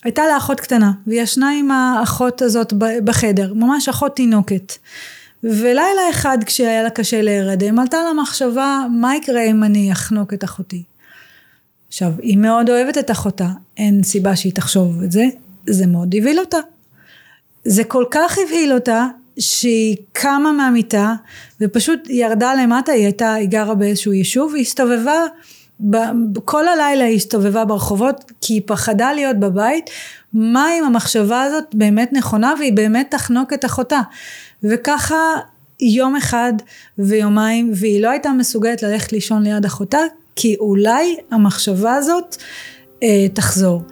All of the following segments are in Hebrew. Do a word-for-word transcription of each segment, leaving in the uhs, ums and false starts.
הייתה לה אחות קטנה, והיא ישנה עם האחות הזאת בחדר, ממש אחות תינוקת. ולילה אחד כשהיה לה קשה להירדם, עלתה לה מחשבה, מה יקרה אם אני אחנוק את אחותי? עכשיו, היא מאוד אוהבת את אחותה, אין סיבה שהיא תחשוב את זה, זה מאוד הבהיל אותה. זה כל כך הבהיל אותה, שהיא קמה מהמיטה, ופשוט ירדה למטה, היא הייתה, היא גרה באיזשהו יישוב, והיא הסתובבה, כל הלילה היא הסתובבה ברחובות, כי היא פחדה להיות בבית, מה אם המחשבה הזאת באמת נכונה, והיא באמת תחנוק את אחותה. וככה יום אחד ויומיים, והיא לא הייתה מסוגלת ללכת לישון ליד אחותה, כי אולי המחשבה הזאת אה, תחזור.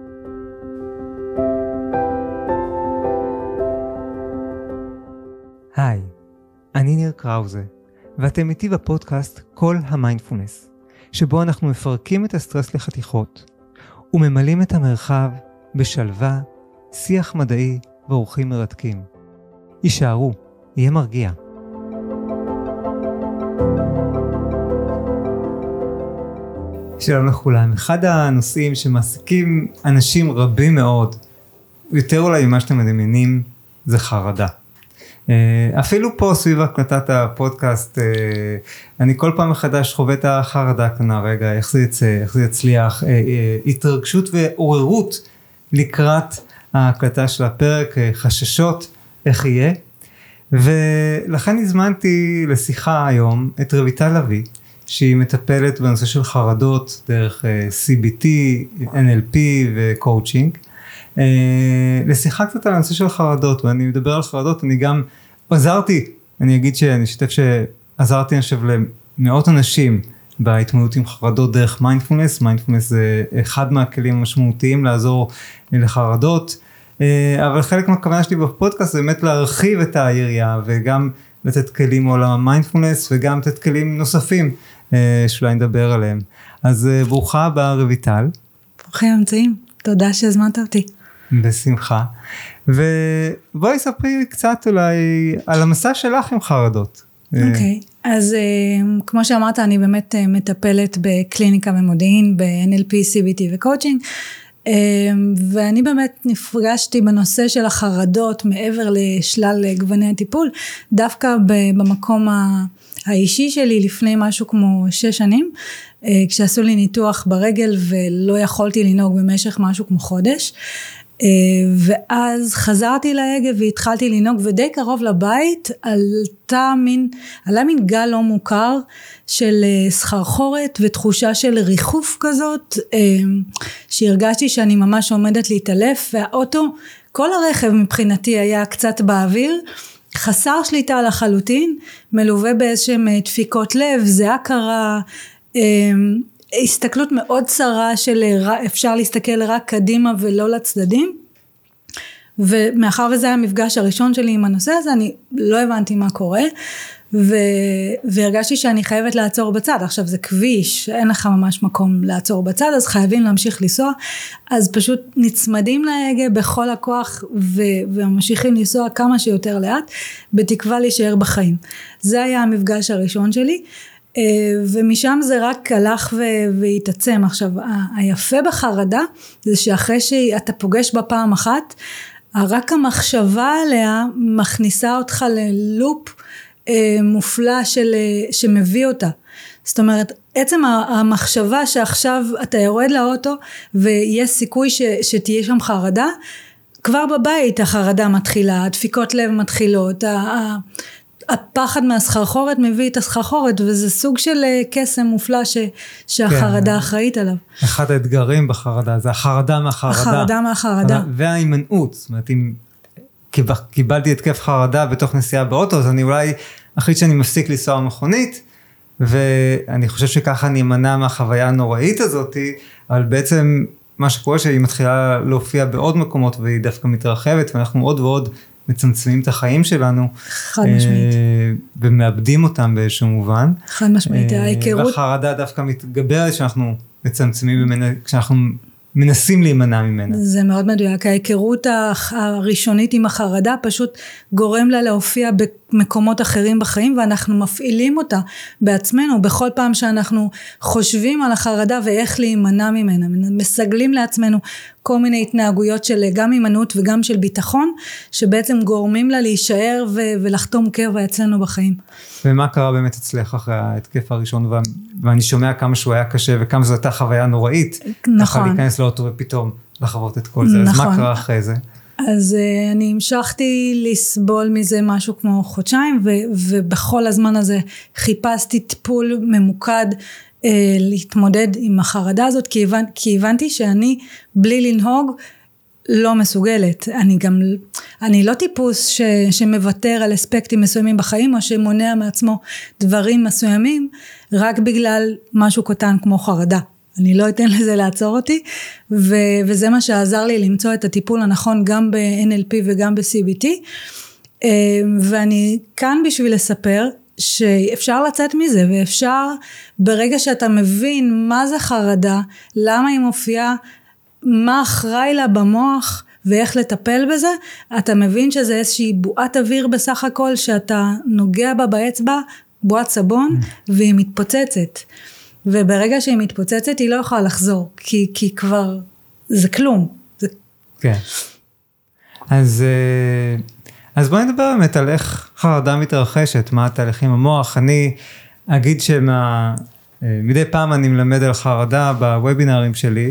היי, אני ניר קראוזה, ואתם איתי בפודקאסט כל המיינדפולנס, שבו אנחנו מפרקים את הסטרס לחתיכות, וממלאים את המרחב בשלווה, שיח מדעי ואורחים מרתקים. יישארו, יהיה מרגיע. שלום לכולם, אחד הנושאים שמעסיקים אנשים רבים מאוד, יותר אולי ממה שאתם מדמיינים, זה חרדה. אפילו פה סביב הקלטת הפודקאסט, אני כל פעם מחדש חווה את החרדה כאן, רגע, איך זה יצא, איך זה יצליח, התרגשות ועוררות לקראת ההקלטה של הפרק, חששות, איך יהיה. ולכן הזמנתי לשיחה היום את רויטל לביא, שהיא מטפלת בנושא של חרדות דרך סי בי טי, אן אל פי וקואוצ'ינג. לשיחה קצת על הנושא של חרדות, ואני מדבר על חרדות, אני גם עזרתי, אני אגיד שאני אשתף שעזרתי אני חושב למאות אנשים בהתמודדות עם חרדות דרך מיינדפולנס, מיינדפולנס זה אחד מהכלים המשמעותיים לעזור לחרדות, אבל חלק מהכוונה שלי בפודקאסט זה באמת להרחיב את היריעה, וגם לתת כלים מעולם המיינדפולנס, וגם לתת כלים נוספים שאולי נדבר עליהם. אז ברוכה הבאה רויטל. ברוכים המצאים, תודה שהזמנת אותי. בשמחה. ובואי ספרי קצת אולי על המסע שלך עם חרדות. אוקיי, אז כמו שאמרת, אני באמת מטפלת בקליניקה ומודיעין, ב-אן אל פי, סי בי טי וקואוצ'ינג, ואני באמת נפגשתי בנושא של החרדות מעבר לשלל גווני הטיפול, דווקא במקום האישי שלי לפני משהו כמו שש שנים, כשעשו לי ניתוח ברגל ולא יכולתי לנהוג במשך משהו כמו חודש, ואז חזרתי להגה והתחלתי לנהוג, ודי קרוב לבית עלתה מין, עלה מין גל לא מוכר של סחרחורת ותחושה של ריחוף כזאת, שהרגשתי שאני ממש עומדת להתעלף, והאוטו, כל הרכב מבחינתי היה קצת באוויר, חסר שליטה לחלוטין, מלווה באיזשהם דפיקות לב, זה הכרה, הסתכלות מאוד צרה של אפשר להסתכל רק קדימה ולא לצדדים, ומאחר וזה היה המפגש הראשון שלי עם הנושא הזה, אני לא הבנתי מה קורה, ו... והרגשתי שאני חייבת לעצור בצד. עכשיו זה כביש, אין לך ממש מקום לעצור בצד, אז חייבים להמשיך לנסוע, אז פשוט נצמדים להגה בכל הכוח, ו... וממשיכים לנסוע כמה שיותר לאט, בתקווה להישאר בחיים. זה היה המפגש הראשון שלי, ומשם זה רק הלך והתעצם. עכשיו היפה בחרדה זה שאחרי שאתה פוגש בה פעם אחת, רק המחשבה עליה מכניסה אותך ללופ מופלא של, שמביא אותה. זאת אומרת, עצם המחשבה שעכשיו אתה יורד לאוטו ויש סיכוי ש, שתהיה שם חרדה, כבר בבית החרדה מתחילה, הדפיקות לב מתחילות, הפחד מהסחרחורת מביא את הסחרחורת, וזה סוג של קסם מופלא ש, שהחרדה כן. אחראית עליו. אחד האתגרים בחרדה, זה החרדה מהחרדה. החרדה מהחרדה. וההימנעות, זאת אומרת, אם קיבלתי התקף חרדה בתוך נסיעה באוטו, אז אני אולי, אחרי שאני מפסיק לנסוע מכונית, ואני חושב שככה אני אמנע מהחוויה הנוראית הזאת, אבל בעצם מה שקורה שהיא מתחילה להופיע בעוד מקומות, והיא דווקא מתרחבת, ואנחנו עוד ועוד מצמצמים את החיים שלנו. חד משמעית. ומאבדים אותם באיזשהו מובן. חד משמעית, ההיכרות. והחרדה דווקא מתגברת שאנחנו מצמצמים ממנה, כשאנחנו מנסים להימנע ממנה. זה מאוד מדויק, ההיכרות הראשונית עם החרדה פשוט גורם לה להופיע במקומות אחרים בחיים, ואנחנו מפעילים אותה בעצמנו, בכל פעם שאנחנו חושבים על החרדה ואיך להימנע ממנה, מסגלים לעצמנו כל מיני התנהגויות של גם הימנעות וגם של ביטחון, שבעצם גורמים לה להישאר ו- ולחתום קבע אצלנו בחיים. ומה קרה באמת אצלך אחרי ההתקף הראשון, ו- ואני שומע כמה שהוא היה קשה, וכמה זו הייתה חוויה נוראית, נכון. ככה להיכנס לאוטו ופתאום לחוות את כל זה, נכון. אז מה קרה אחרי זה? אז uh, אני המשכתי לסבול מזה משהו כמו חודשיים, ו- ובכל הזמן הזה חיפשתי טיפול ממוקד, uh, להתמודד עם החרדה הזאת, כי, הבנ- כי הבנתי שאני בלי לנהוג לא מסוגלת. אני גם, אני לא טיפוס ש- שמוותר על אספקטים מסוימים בחיים, או שמונע מעצמו דברים מסוימים, רק בגלל משהו קטן כמו חרדה. אני לא אתן לזה לעצור אותי, ו- וזה מה שעזר לי למצוא את הטיפול הנכון גם ב-אן אל פי וגם ב-סי בי טי, ואני כאן בשביל לספר שאפשר לצאת מזה, ואפשר ברגע שאתה מבין מה זה חרדה, למה היא מופיעה, מה אחראי לה במוח, ואיך לטפל בזה, אתה מבין שזה איזושהי בועת אוויר בסך הכל, שאתה נוגע בה באצבע, בועת סבון, והיא מתפוצצת. וברגע שהיא מתפוצצת היא לא יכולה לחזור, כי, כי כבר זה כלום. זה... כן. אז, אז בואי נדבר באמת על איך חרדה מתרחשת, מה התהליכים המוח. אני אגיד שמדי פעם אני מלמד על חרדה בוובינרים שלי,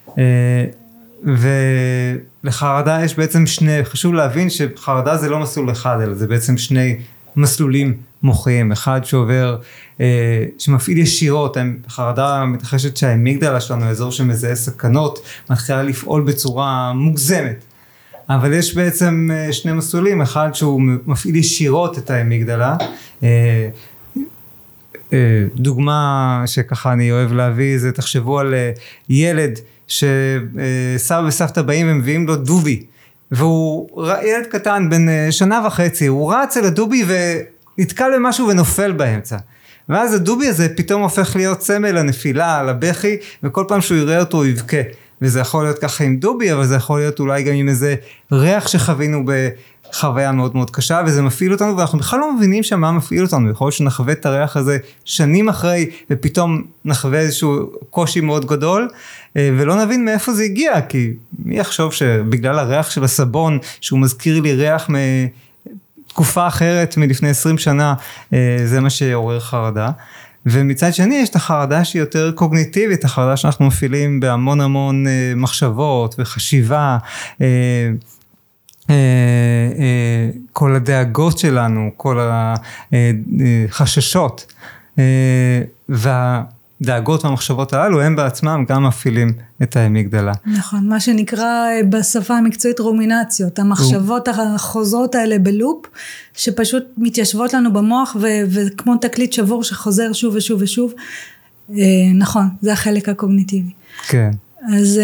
ולחרדה יש בעצם שני, חשוב להבין שחרדה זה לא מסלול אחד, אלא זה בעצם שני מסלולים מוחיים, אחד שעובר, אה, שמפעיל ישירות, חרדה מתרחשת שהאמיגדלה שלנו, האזור שמזהה סכנות, מתחילה לפעול בצורה מוגזמת, אבל יש בעצם שני מסלולים, אחד שהוא מפעיל ישירות את האמיגדלה, אה, אה, דוגמה שככה אני אוהב להביא, זה תחשבו על ילד שסבא וסבתא באים ומביאים לו דובי, והוא ילד קטן בן שנה וחצי, הוא רץ אל הדובי ונתקל במשהו ונופל באמצע. ואז הדובי הזה פתאום הופך להיות סמל לנפילה, לבכי, וכל פעם שהוא יראה אותו הוא יבכה. וזה יכול להיות ככה עם דובי, אבל זה יכול להיות אולי גם עם איזה ריח שחווינו בחוויה מאוד מאוד קשה, וזה מפעיל אותנו, ואנחנו בכלל לא מבינים שמה מפעיל אותנו. יכול להיות שנחווה את הריח הזה שנים אחרי, ופתאום נחווה איזשהו קושי מאוד גדול, ולא נבין מאיפה זה הגיע, כי מי יחשוב שבגלל הריח של הסבון, שהוא מזכיר לי ריח מתקופה אחרת מלפני עשרים שנה, זה מה שעורר חרדה. ומצד שני יש את החרדה שהיא יותר קוגניטיבית, החרדה שאנחנו מפעילים בהמון המון מחשבות וחשיבה, כל הדאגות שלנו, כל החששות, והדאגות והמחשבות הללו הם בעצמם גם מפעילים את האמיגדלה. נכון, מה שנקרא בשפה המקצועית רומינציות, המחשבות החוזרות האלה בלופ, שפשוט מתיישבות לנו במוח, ו- וכמו תקליט שבור שחוזר שוב ושוב ושוב, נכון, זה החלק הקוגניטיבי. כן. אז,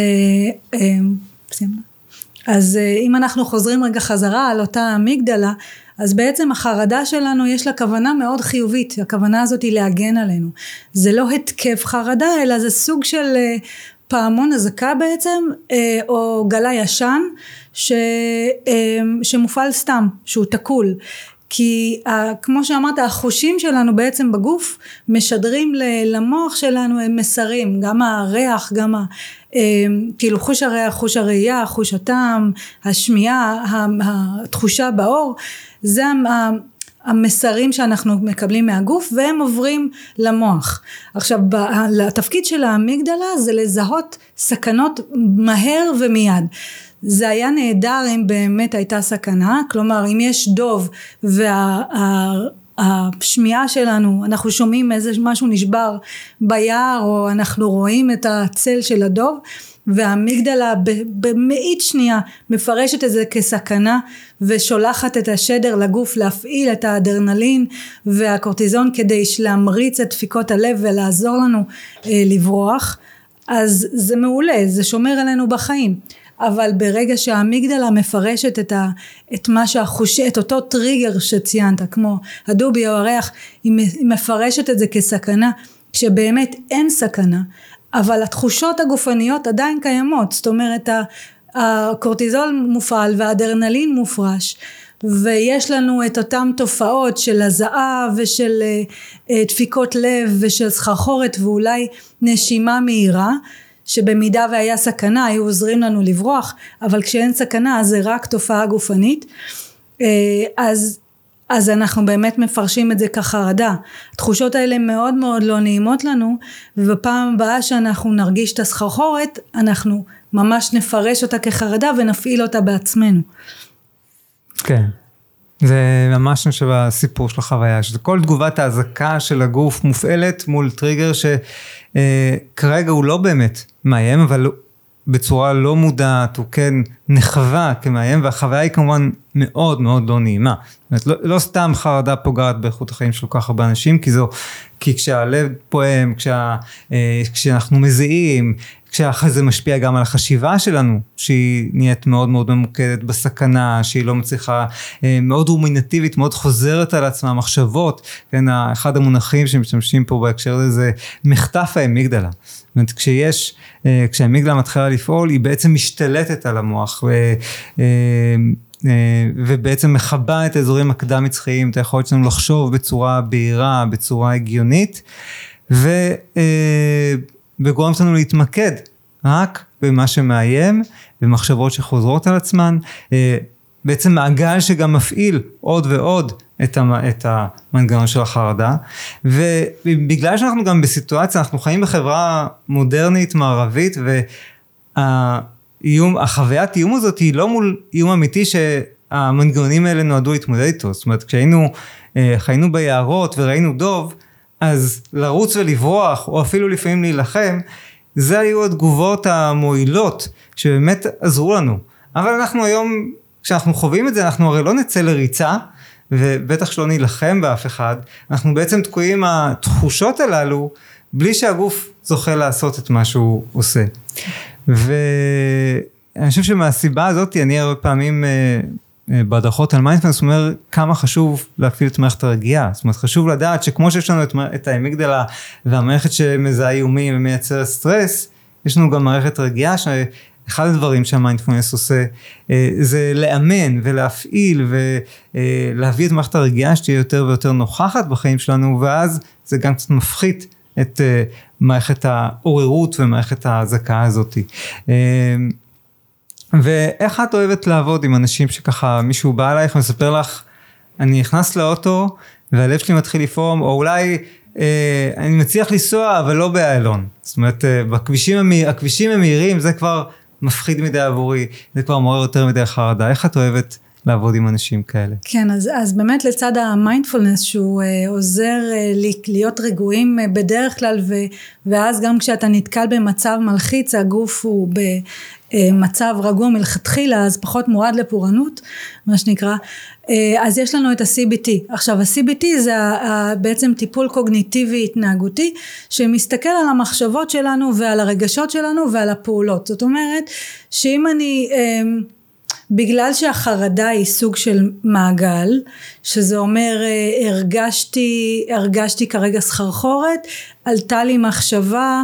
אז אם אנחנו חוזרים רגע חזרה על אותה אמיגדלה, אז בעצם החרדה שלנו יש לה כוונה מאוד חיובית, הכוונה הזאת היא להגן עלינו. זה לא התקף חרדה, אלא זה סוג של פעמון הזקה בעצם, או גלה ישן, ש, שמופעל סתם, שהוא תקול. כי כמו שאמרת, החושים שלנו בעצם בגוף, משדרים למוח שלנו הם מסרים, גם הריח, גם ה... כאילו חוש הריח, חוש הראייה, חוש הטעם, השמיעה, התחושה באור, זה המסרים שאנחנו מקבלים מהגוף, והם עוברים למוח. עכשיו, התפקיד של האמיגדלה זה לזהות סכנות מהר ומיד. זה היה נהדר אם באמת הייתה סכנה, כלומר אם יש דוב והשמיעה שלנו, אנחנו שומעים איזה משהו נשבר ביער, או אנחנו רואים את הצל של הדוב, והאמיגדלה במאית שנייה מפרשת את זה כסכנה, ושולחת את השדר לגוף להפעיל את האדרנלין והקורטיזון, כדי להמריץ את דפיקות הלב ולעזור לנו אה, לברוח. אז זה מעולה, זה שומר עלינו בחיים. אבל ברגע שהאמיגדלה מפרשת את, ה, את מה שהחושה, את אותו טריגר שציינת, כמו הדובי או הריח, היא מפרשת את זה כסכנה, כשבאמת אין סכנה, אבל התחושות הגופניות עדיין קיימות, זאת אומרת, הקורטיזול מופעל והאדרנלין מופרש, ויש לנו את אותם תופעות של הזעה ושל דפיקות לב ושל סחרחורת ואולי נשימה מהירה, שבמידה והיה סכנה היו עוזרים לנו לברוח, אבל כשאין סכנה אז זה רק תופעה גופנית, אז, אז אנחנו באמת מפרשים את זה כחרדה. התחושות האלה מאוד מאוד לא נעימות לנו, ובפעם הבאה שאנחנו נרגיש את הסחרחורת, אנחנו ממש נפרש אותה כחרדה ונפעיל אותה בעצמנו. כן. זה ממש נשב הסיפור של החוויה, שכל תגובת ההזקה של הגוף מופעלת מול טריגר שכרגע הוא לא באמת מאיים, אבל בצורה לא מודעת, הוא כן נחווה כמאיים, והחוויה היא כמובן מאוד מאוד לא נעימה. זאת אומרת, לא, לא סתם חרדה פוגעת באיכות החיים של כל כך הרבה אנשים, כי זו, כי כשהלב פועם, כשה, כשאנחנו מזיעים, כשאחרי זה משפיע גם על החשיבה שלנו, שהיא נהיית מאוד מאוד ממוקדת בסכנה, שהיא לא מצליחה, מאוד רומינטיבית, מאוד חוזרת על עצמה, מחשבות, כן, אחד המונחים שמשתמשים פה בהקשר הזה, זה מחטף האמיגדלה. זאת אומרת, כשיש, כשהאמיגדלה מתחילה לפעול, היא בעצם משתלטת על המוח, ו, ובעצם מחבה את האזורים הקדם מצחיים, את היכולת שלנו לחשוב בצורה בהירה, בצורה הגיונית, ו... וגורם לנו להתמקד רק במה שמאיים, במחשבות שחוזרות על עצמן, בעצם מעגל שגם מפעיל עוד ועוד את המנגנון של החרדה, ובגלל שאנחנו גם בסיטואציה, אנחנו חיים בחברה מודרנית, מערבית, והחוויית איום הזאת היא לא מול איום אמיתי שהמנגנונים האלה נועדו להתמודד איתו, זאת אומרת, כשהיינו, חיינו ביערות וראינו דוב, אז לרוץ ולברוח, או אפילו לפעמים להילחם, זה היו התגובות המועילות, שבאמת עזרו לנו. אבל אנחנו היום, כשאנחנו חווים את זה, אנחנו הרי לא נצא לריצה, ובטח שלא נילחם באף אחד, אנחנו בעצם תקועים התחושות הללו, בלי שהגוף זוכה לעשות את מה שהוא עושה. ואני חושב שמהסיבה הזאת, אני הרבה פעמים בהדרכות על מיינדפלנס, אומר כמה חשוב להפעיל את מערכת הרגיעה, זאת אומרת חשוב לדעת שכמו שיש לנו את, את האמיגדלה והמערכת שמזהה איומים ומייצר סטרס, יש לנו גם מערכת רגיעה שאחד הדברים שהמיינדפלנס עושה זה לאמן ולהפעיל ולהביא את מערכת הרגיעה שתהיה יותר ויותר נוכחת בחיים שלנו, ואז זה גם קצת מפחית את מערכת העוררות ומערכת ההזקה הזאת. ואיך את אוהבת לעבוד עם אנשים שככה מישהו בא אלייך ומספר לך, אני נכנס לאוטו והלב שלי מתחיל לפעום, או אולי אה, אני מצליח לנסוע אבל לא באיילון, זאת אומרת אה, בכבישים המהיר, הכבישים המהירים זה כבר מפחיד מדי עבורי, זה כבר מעורר יותר מדי חרדה. איך את אוהבת לעבוד עם אנשים כאלה? כן, אז, אז באמת לצד המיינדפולנס שהוא אה, עוזר אה, להיות רגועים אה, בדרך כלל, ו, ואז גם כשאתה נתקל במצב מלחיץ, הגוף הוא במצב רגוע מלכתחילה, אז פחות מועד לפורענות, מה שנקרא. אה, אז יש לנו את ה-סי בי טי. עכשיו, ה-סי בי טי זה ה, ה, בעצם טיפול קוגניטיבי התנהגותי, שמסתכל על המחשבות שלנו ועל הרגשות שלנו ועל הפעולות. זאת אומרת, שאם אני... אה, בגלל שהחרדה היא סוג של מעגל, שזה אומר הרגשתי, הרגשתי כרגע סחרחורת, עלתה לי מחשבה,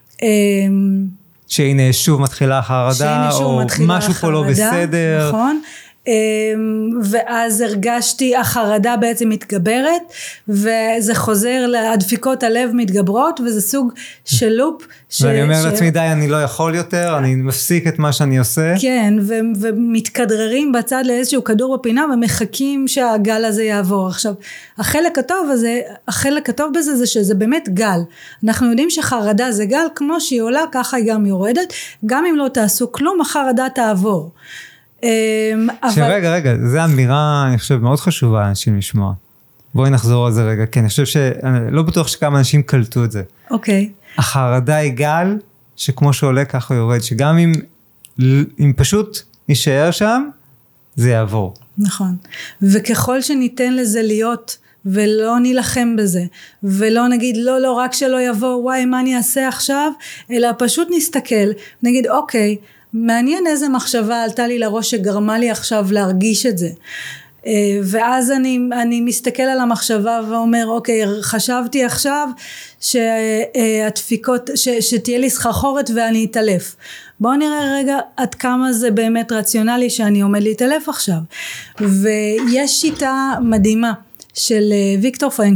שהנה שוב מתחילה החרדה, או משהו פה לא בסדר. נכון. ואז הרגשתי, החרדה בעצם מתגברת, וזה חוזר לדפיקות הלב מתגברות, וזה סוג של לופ. ואני אומר לעצמי, די, אני לא יכול יותר, אני מפסיק את מה שאני עושה. כן, ומתכדררים בצד לאיזשהו כדור בפינה, ומחכים שהגל הזה יעבור. עכשיו, החלק הטוב הזה, החלק הטוב בזה, זה שזה באמת גל. אנחנו יודעים שחרדה זה גל, כמו שהיא עולה, ככה היא גם יורדת, גם אם לא תעשו כלום, החרדה תעבור. שרגע, רגע, זו אמירה, אני חושב, מאוד חשובה לאנשים לשמוע. בואי נחזור על זה רגע, כן, אני חושב שלא בטוח שכמה אנשים קלטו את זה. אוקיי. החרדה היא גל, שכמו שעולה ככה יורד, שגם אם, אם פשוט נשאר שם, זה יעבור. נכון. וככל שניתן לזה להיות, ולא נילחם בזה, ולא נגיד, לא, לא, רק שלא יבוא, וואי, מה אני אעשה עכשיו? אלא פשוט נסתכל, נגיד, אוקיי, מעניין איזה מחשבה עלתה לי לראש שגרמה לי עכשיו להרגיש את זה. ואז אני, אני מסתכל על המחשבה ואומר, אוקיי, חשבתי עכשיו שהדפיקות, ש, שתהיה לי סחרחורת ואני אתעלף. בואו נראה רגע עד כמה זה באמת רציונלי שאני עומד להתעלף עכשיו. ויש שיטה מדהימה של ויקטור פרנקל,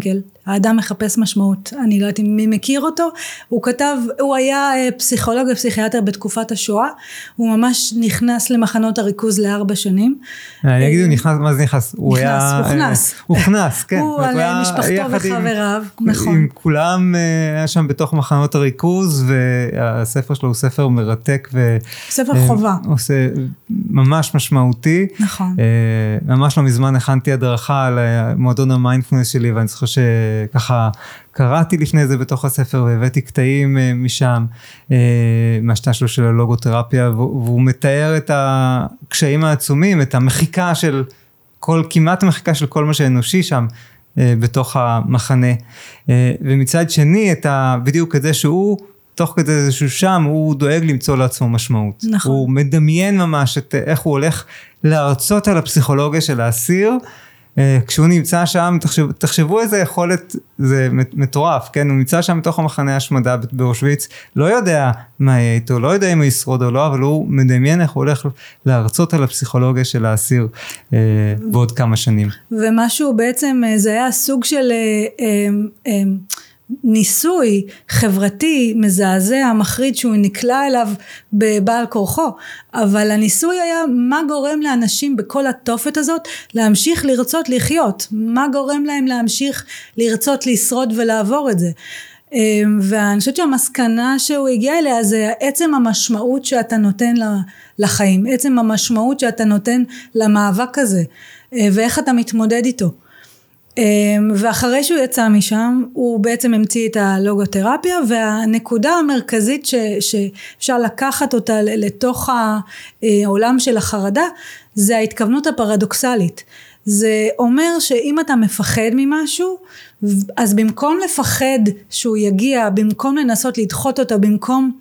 האדם מחפש משמעות. אני לא יודעת אם מי מכיר אותו, הוא כתב, הוא היה פסיכולוג ופסיכיאטר בתקופת השואה, הוא ממש נכנס למחנות הריכוז לארבע שנים. אני אגיד, הוא נכנס, מה זה נכנס? הוא היה... הוכנס. הוכנס, כן. הוא על משפחתו וחבריו, נכון. עם כולם היה שם בתוך מחנות הריכוז, והספר שלו הוא ספר מרתק, ספר חובה. עושה ממש משמעותי. נכון. ממש לא מזמן הכנתי הדרכה על מועדון המיינדפולנס שלי, ואני זוכר שככה קראתי לפני זה בתוך הספר, והבאתי קטעים משם, מהשתה שלו של הלוגותרפיה, והוא מתאר את הקשיים העצומים, את המחיקה של כל, כמעט המחיקה של כל מה שאנושי שם, בתוך המחנה. ומצד שני, את ה, בדיוק את זה שהוא, תוך כדי איזשהו שם, הוא דואג למצוא לעצמו משמעות. נכון. הוא מדמיין ממש את איך הוא הולך להרצות על הפסיכולוגיה של האסיר, כשהוא נמצא שם, תחשב, תחשבו איזה יכולת, זה מטורף, כן? הוא נמצא שם בתוך המחנה השמדה באושוויץ, לא יודע מה יהיה איתו, לא יודע אם הוא ישרוד או לא, אבל הוא מדמיין איך הוא הולך להרצות על הפסיכולוגיה של האסיר אה, בעוד כמה שנים. ומשהו בעצם, זה היה סוג של... אה, אה, אה, ניסוי חברתי מזעזע, מחריד, שהוא נקלע אליו בבעל כורחו, אבל הניסוי היה מה גורם לאנשים בכל התופת הזאת להמשיך לרצות לחיות, מה גורם להם להמשיך לרצות לשרוד ולעבור את זה. ואני חושבת שהמסקנה שהוא הגיע אליה זה עצם המשמעות שאתה נותן לחיים, עצם המשמעות שאתה נותן למאבק הזה, ואיך אתה מתמודד איתו. ואחרי שהוא יצא משם הוא בעצם המציא את הלוגותרפיה, והנקודה המרכזית ש, שאפשר לקחת אותה לתוך העולם של החרדה זה ההתכוונות הפרדוקסלית. זה אומר שאם אתה מפחד ממשהו, אז במקום לפחד שהוא יגיע, במקום לנסות לדחות אותו, במקום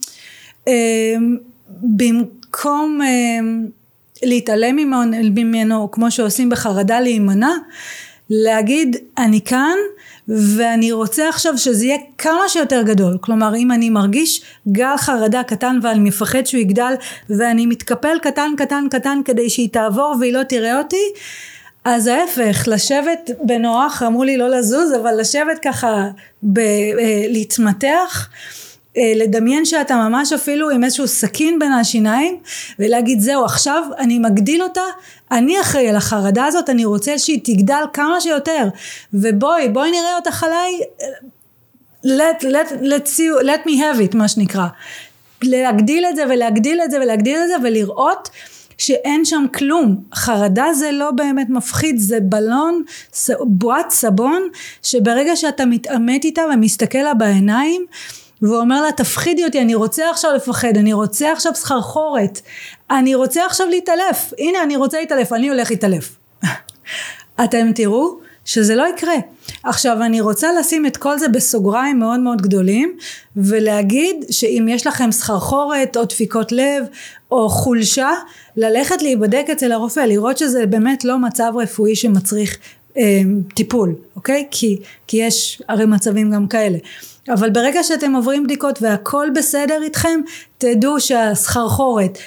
במקום להתעלם ממנו כמו שעושים בחרדה להימנע, להגיד אני כאן ואני רוצה עכשיו שזה יהיה כמה שיותר גדול. כלומר אם אני מרגיש גל חרדה קטן ואני מפחד שהוא יגדל ואני מתקפל קטן קטן קטן כדי שהיא תעבור והיא לא תראה אותי, אז ההפך, לשבת בנוח, אמרו לי לא לזוז, אבל לשבת ככה ב, להתמתח, לדמיין שאתה ממש אפילו עם איזשהו סכין בין השיניים, ולהגיד זהו עכשיו אני מגדיל אותה, אני אחראי על החרדה הזאת, אני רוצה שהיא תגדל כמה שיותר, ובואי בואי נראה אותך עליי, let, let, let's see, let me have it מה שנקרא, להגדיל את זה ולהגדיל את זה ולהגדיל את זה ולראות שאין שם כלום. חרדה זה לא באמת מפחיד, זה בלון, בועת סבון, שברגע שאתה מתעמת איתה ומסתכל לה בעיניים, ואומר לה תפחידי אותי, אני רוצה עכשיו לפחד, אני רוצה עכשיו סחרחורת, אני רוצה עכשיו להתעלף, הנה אני רוצה להתעלף, אני הולך להתעלף. אתם תראו שזה לא יקרה. עכשיו אני רוצה לשים את כל זה בסוגריים מאוד מאוד גדולים, ולהגיד שאם יש לכם סחרחורת או דפיקות לב או חולשה, ללכת להיבדק אצל הרופא, לראות שזה באמת לא מצב רפואי שמצריך אה, טיפול, אוקיי? כי, כי יש הרי מצבים גם כאלה. אבל ברגע שאתם עוברים בדיקות והכל בסדר איתכם, תדעו שהסחרחורת,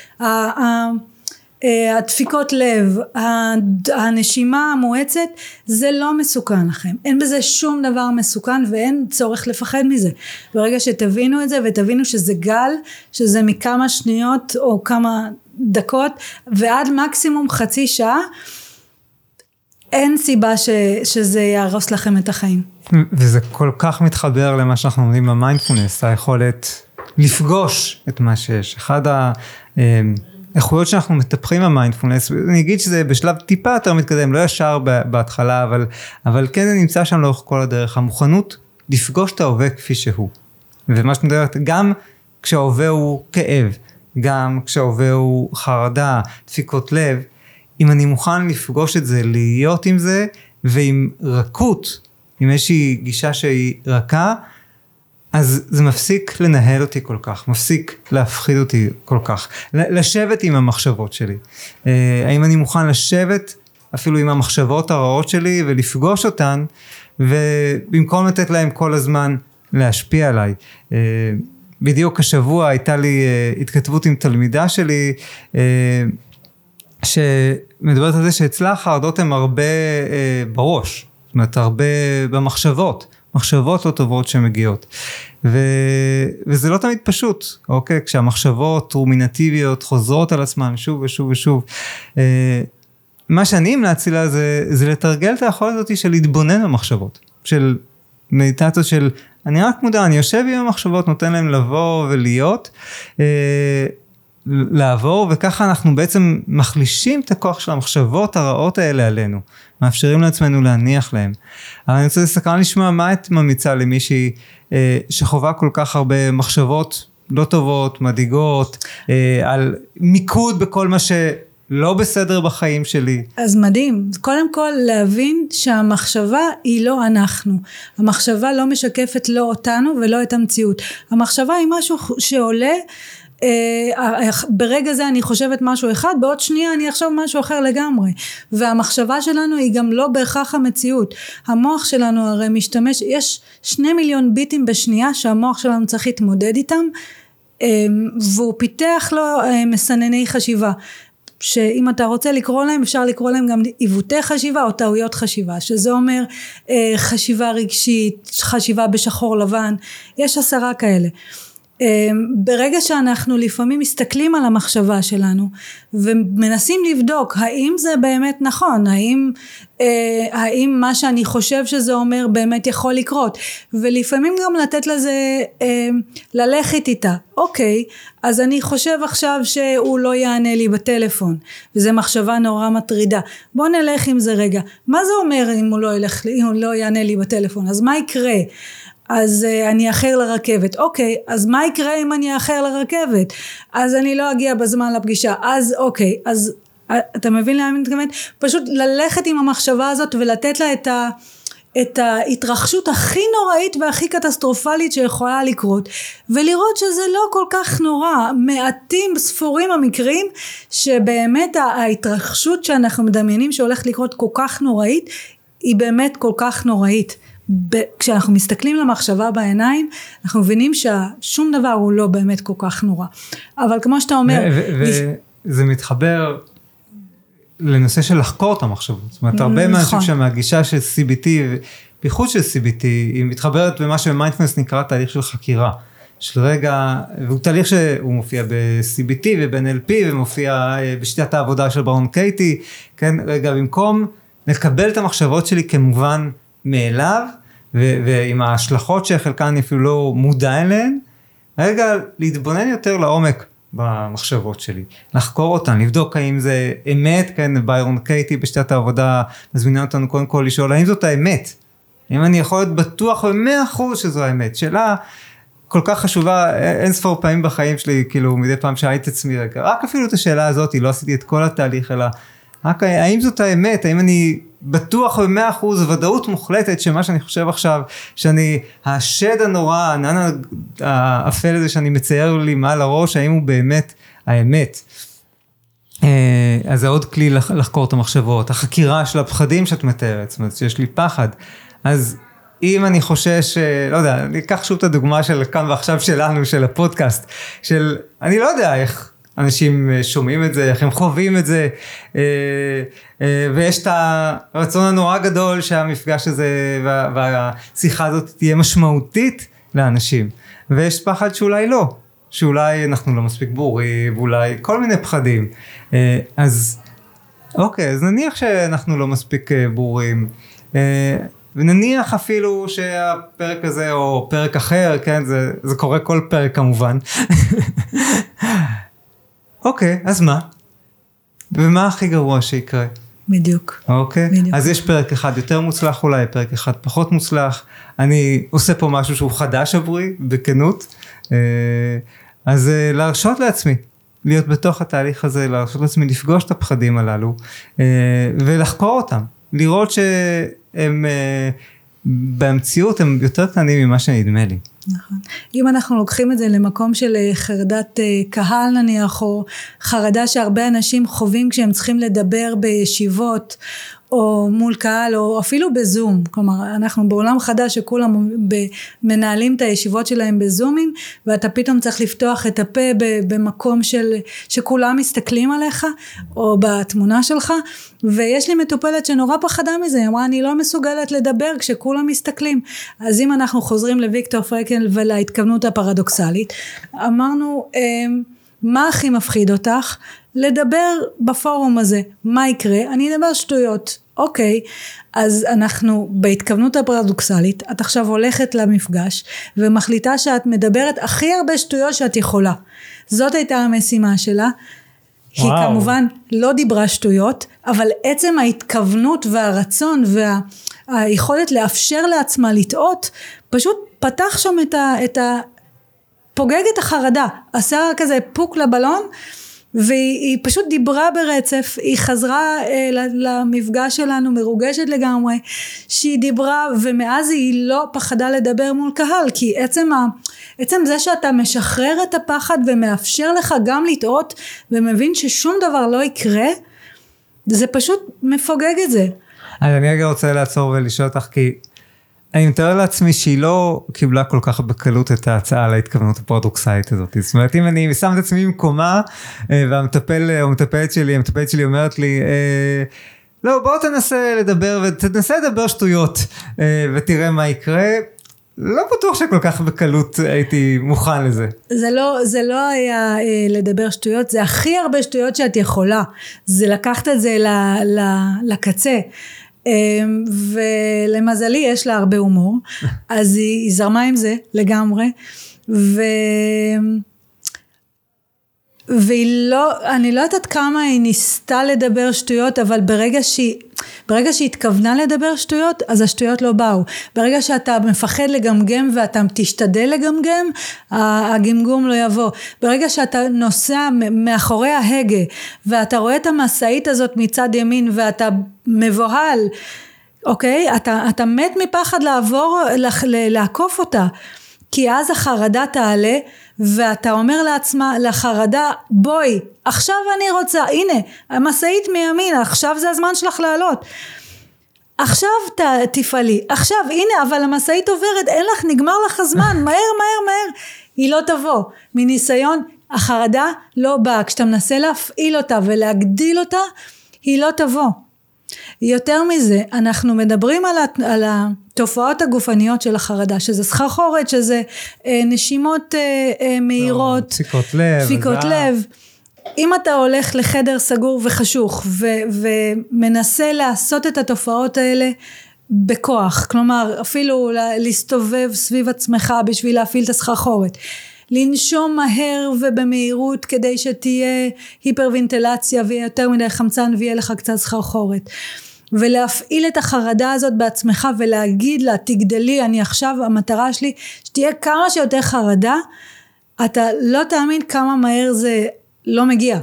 הדפיקות לב, הנשימה המואצת, זה לא מסוכן לכם. אין בזה שום דבר מסוכן ואין צורך לפחד מזה. ברגע שתבינו את זה ותבינו שזה גל, שזה מכמה שניות או כמה דקות ועד מקסימום חצי שעה, אין סיבה ש, שזה יהרוס לכם את החיים. וזה כל כך מתחבר למה שאנחנו לומדים במיינדפולנס, היכולת לפגוש את מה שיש. אחד האיכויות שאנחנו מטפחים במיינדפולנס, אני אגיד שזה בשלב טיפה יותר מתקדם, לא ישר בהתחלה, אבל, אבל כן זה נמצא שם לאורך כל הדרך, המוכנות לפגוש את ההווה כפי שהוא. ומה שאת מדברת, גם כשההווה הוא כאב, גם כשההווה הוא חרדה, דפיקות לב, אם אני מוכן לפגוש את זה, להיות עם זה, ועם רכות, עם איזושהי גישה שהיא רכה, אז זה מפסיק לנהל אותי כל כך, מפסיק להפחיד אותי כל כך, לשבת עם המחשבות שלי. האם אני מוכן לשבת אפילו עם המחשבות הרעות שלי, ולפגוש אותן, ובמקום לתת להם כל הזמן להשפיע עליי. בדיוק השבוע הייתה לי התכתבות עם תלמידה שלי, שמדברת על זה שאצלה החרדות הן הרבה אה, בראש, זאת אומרת הרבה במחשבות, מחשבות לא טובות שמגיעות. ו... וזה לא תמיד פשוט, אוקיי? כשהמחשבות רומינטיביות חוזרות על עצמן שוב ושוב ושוב. מה שאני המלצתי לה זה, זה לתרגל את היכולת הזאת של להתבונן במחשבות, של מדיטציות של, אני רק מודע, אני יושב עם המחשבות, נותן להם לבוא ולהיות, לעבור, וככה אנחנו בעצם מחלישים את הכוח של המחשבות הרעות האלה עלינו, מאפשרים לעצמנו להניח להם. אבל אני רוצה לסקרן לשמוע מה את ממליצה למישהי אה, שחובה כל כך הרבה מחשבות לא טובות, מדאיגות, אה, על מיקוד בכל מה שלא בסדר בחיים שלי. אז מדהים, קודם כל להבין שהמחשבה היא לא אנחנו, המחשבה לא משקפת לא אותנו ולא את המציאות, המחשבה היא משהו שעולה, ברגע זה אני חושבת משהו אחד, בעוד שנייה אני אחשוב משהו אחר לגמרי, והמחשבה שלנו היא גם לא בהכרח המציאות. המוח שלנו הרי משתמש, יש שני מיליון ביטים בשנייה שהמוח שלנו צריך להתמודד איתם, והוא פיתח לו מסנני חשיבה, שאם אתה רוצה לקרוא להם, אפשר לקרוא להם גם עיוותי חשיבה או טעויות חשיבה, שזה אומר חשיבה רגשית, חשיבה בשחור לבן, יש עשרה כאלה. ברגע שאנחנו לפעמים מסתכלים על המחשבה שלנו ומנסים לבדוק האם זה באמת נכון, האם, האם מה שאני חושב שזה אומר באמת יכול לקרות, ולפעמים גם לתת לזה, ללכת איתה. אוקיי, אז אני חושב עכשיו שהוא לא יענה לי בטלפון, וזה מחשבה נורא מטרידה, בוא נלך עם זה רגע, מה זה אומר אם הוא לא, ילך, אם הוא לא יענה לי בטלפון, אז מה יקרה? אז uh, אני אחר לרכבת. אוקיי, אז מה יקרה אם אני אחר לרכבת? אז אני לא אגיע בזמן לפגישה. אז אוקיי, אז uh, אתה מבין למה אני מתכוונת? פשוט ללכת עם המחשבה הזאת ולתת לה את, ה, את ההתרחשות הכי נוראית והכי קטסטרופלית שיכולה לקרות, ולראות שזה לא כל כך נורא. מעטים ספורים המקרים שבאמת ההתרחשות שאנחנו מדמיינים שהולך לקרות כל כך נוראית, היא באמת כל כך נוראית. כשאנחנו מסתכלים למחשבה בעיניים, אנחנו מבינים ששום דבר הוא לא באמת כל כך נורא. אבל כמו שאתה אומר... וזה מתחבר לנושא של לחקור את המחשבות. זאת אומרת, הרבה מהאנשים שמהגישה של סי בי טי, בייחוד של סי בי טי, היא מתחברת במה שבמיינדפולנס נקרא תהליך של חקירה. של רגע, והוא תהליך שהוא מופיע ב-סי בי טי וב-אן אל פי, ומופיע בשיטת העבודה של ברון קייטי, כן, רגע, במקום לקבל את המחשבות שלי כמובן מאליו, ו- ועם ההשלכות שחלקן אני אפילו לא מודע אליהן, רגע להתבונן יותר לעומק במחשבות שלי, לחקור אותן, לבדוק האם זה אמת, כן, ברון קייטי בשיטת העבודה מזמינה אותנו קודם כל לשאול, האם זאת האמת? אם אני יכול להיות בטוח במאה אחוז שזו האמת, שאלה כל כך חשובה, אין ספור פעמים בחיים שלי, כאילו מדי פעם שהייתי את עצמי רגע, רק אפילו את השאלה הזאת, לא עשיתי את כל התהליך, אלא רק האם זאת האמת, האם אני בטוח במאה אחוז ודאות מוחלטת שמה שאני חושב עכשיו, שאני השד הנורא, הענן האפל הזה שאני מצייר לי מעל הראש, האם הוא באמת האמת. אז זה עוד כלי לחקור את המחשבות, החקירה של הפחדים שאת מתארת, זאת אומרת שיש לי פחד, אז אם אני חושש, לא יודע, אני אקח שוב את הדוגמה של כאן ועכשיו שלנו, של הפודקאסט, של אני לא יודע איך, אנשים שומעים את זה, איך הם חווים את זה, ויש את הרצון הנורא גדול שהמפגש הזה והשיחה הזאת תהיה משמעותית לאנשים, ויש פחד שאולי לא, שאולי אנחנו לא מספיק ברורים, ואולי כל מיני פחדים, אז אוקיי, אז נניח שאנחנו לא מספיק ברורים, ונניח אפילו שהפרק הזה או פרק אחר, כן, זה, זה קורה כל פרק כמובן, אוקיי, אז מה? ומה הכי גרוע שיקרה? בדיוק. אוקיי? בדיוק. אז יש פרק אחד יותר מוצלח אולי, פרק אחד פחות מוצלח, אני עושה פה משהו שהוא חדש עבורי, בכנות, אז להרשות לעצמי, להיות בתוך התהליך הזה, להרשות לעצמי לפגוש את הפחדים הללו, ולחקור אותם, לראות שהם במציאות הם יותר קטנים ממה שנדמה לי. נכון. אם אנחנו לוקחים את זה למקום של חרדת קהל נניח, או חרדה שהרבה אנשים חווים כשהם צריכים לדבר בישיבות, או מול קהל, או אפילו בזום, כלומר אנחנו בעולם חדש שכולם מנהלים את הישיבות שלהם בזומים, ואתה פתאום צריך לפתוח את הפה במקום של, שכולם מסתכלים עליך, או בתמונה שלך, ויש לי מטופלת שנורא פחדה מזה, היא אמרה אני לא מסוגלת לדבר כשכולם מסתכלים, אז אם אנחנו חוזרים לוויקטור פרנקל ולהתכוונות הפרדוקסלית, אמרנו מה הכי מפחיד אותך? לדבר בפורום הזה, מה יקרה? אני אדבר שטויות, אוקיי, אז אנחנו בהתכוונות הפרדוקסלית, את עכשיו הולכת למפגש, ומחליטה שאת מדברת הכי הרבה שטויות שאת יכולה, זאת הייתה המשימה שלה, וואו. היא כמובן לא דיברה שטויות, אבל עצם ההתכוונות והרצון, והיכולת לאפשר לעצמה לטעות, פשוט פתח שם את ה... את ה פוגג את החרדה, עשה כזה פוק לבלון, והיא פשוט דיברה ברצף, היא חזרה אה, למפגש שלנו מרוגשת לגמרי, שהיא דיברה, ומאז היא לא פחדה לדבר מול קהל, כי עצם, ה, עצם זה שאתה משחרר את הפחד, ומאפשר לך גם לטעות, ומבין ששום דבר לא יקרה, זה פשוט מפוגג את זה. אז אני רגע רוצה לעצור ולשאול אותך, כי אני מתאר לעצמי שהיא לא קיבלה כל כך בקלות את ההצעה להתכוונות הפרדוקסלית הזאת. זאת אומרת, אם אני שם את עצמי במקומה, והמטפל או המטפלת שלי, המטפלת שלי אומרת לי, לא, בוא תנסה לדבר, ותנסה לדבר שטויות, ותראה מה יקרה. לא בטוח שכל כך בקלות הייתי מוכן לזה. זה לא, זה לא היה לדבר שטויות, זה הכי הרבה שטויות שאת יכולה. זה לקחת את זה לקצה. ולמזלי יש לה הרבה הומור, אז היא זרמה עם זה לגמרי, ו... והיא לא, אני לא יודעת כמה היא ניסתה לדבר שטויות, אבל ברגע שהיא, ברגע שהיא התכוונה לדבר שטויות, אז השטויות לא באו. ברגע שאתה מפחד לגמגם ואתה תשתדל לגמגם, הגמגום לא יבוא. ברגע שאתה נוסע מאחורי ההגה, ואתה רואה את המסעית הזאת מצד ימין, ואתה מבוהל, אוקיי? אתה, אתה מת מפחד לעבור, לעקוף אותה. כי אז החרדה תעלה, ואתה אומר לעצמה, לחרדה, בואי, עכשיו אני רוצה, הנה, המסעית מימין, עכשיו זה הזמן שלך לעלות. עכשיו ת, תפעלי, עכשיו, הנה, אבל המסעית עוברת, אין לך, נגמר לך הזמן, מהר, מהר, מהר. היא לא תבוא. מניסיון, החרדה לא באה. כשאתה מנסה להפעיל אותה ולהגדיל אותה, היא לא תבוא. יותר מזה, אנחנו מדברים על, על התופעות הגופניות של החרדה, שזה סחרחורת, שזה אה, נשימות אה, אה, מהירות, דפיקות לב, דפיקות לב. אם אתה הולך לחדר סגור וחשוך, ו, ומנסה לעשות את התופעות האלה בכוח, כלומר אפילו להסתובב סביב עצמך בשביל להפעיל את הסחרחורת, לנשום מהר ובמהירות כדי שתהיה היפרוונטילציה ויהיה יותר מדי חמצן ויהיה לך קצת סחרחורת, ולהפעיל את החרדה הזאת בעצמך ולהגיד לה תגדלי, אני עכשיו המטרה שלי שתהיה כמה שיותר חרדה, אתה לא תאמין כמה מהר זה לא מגיע.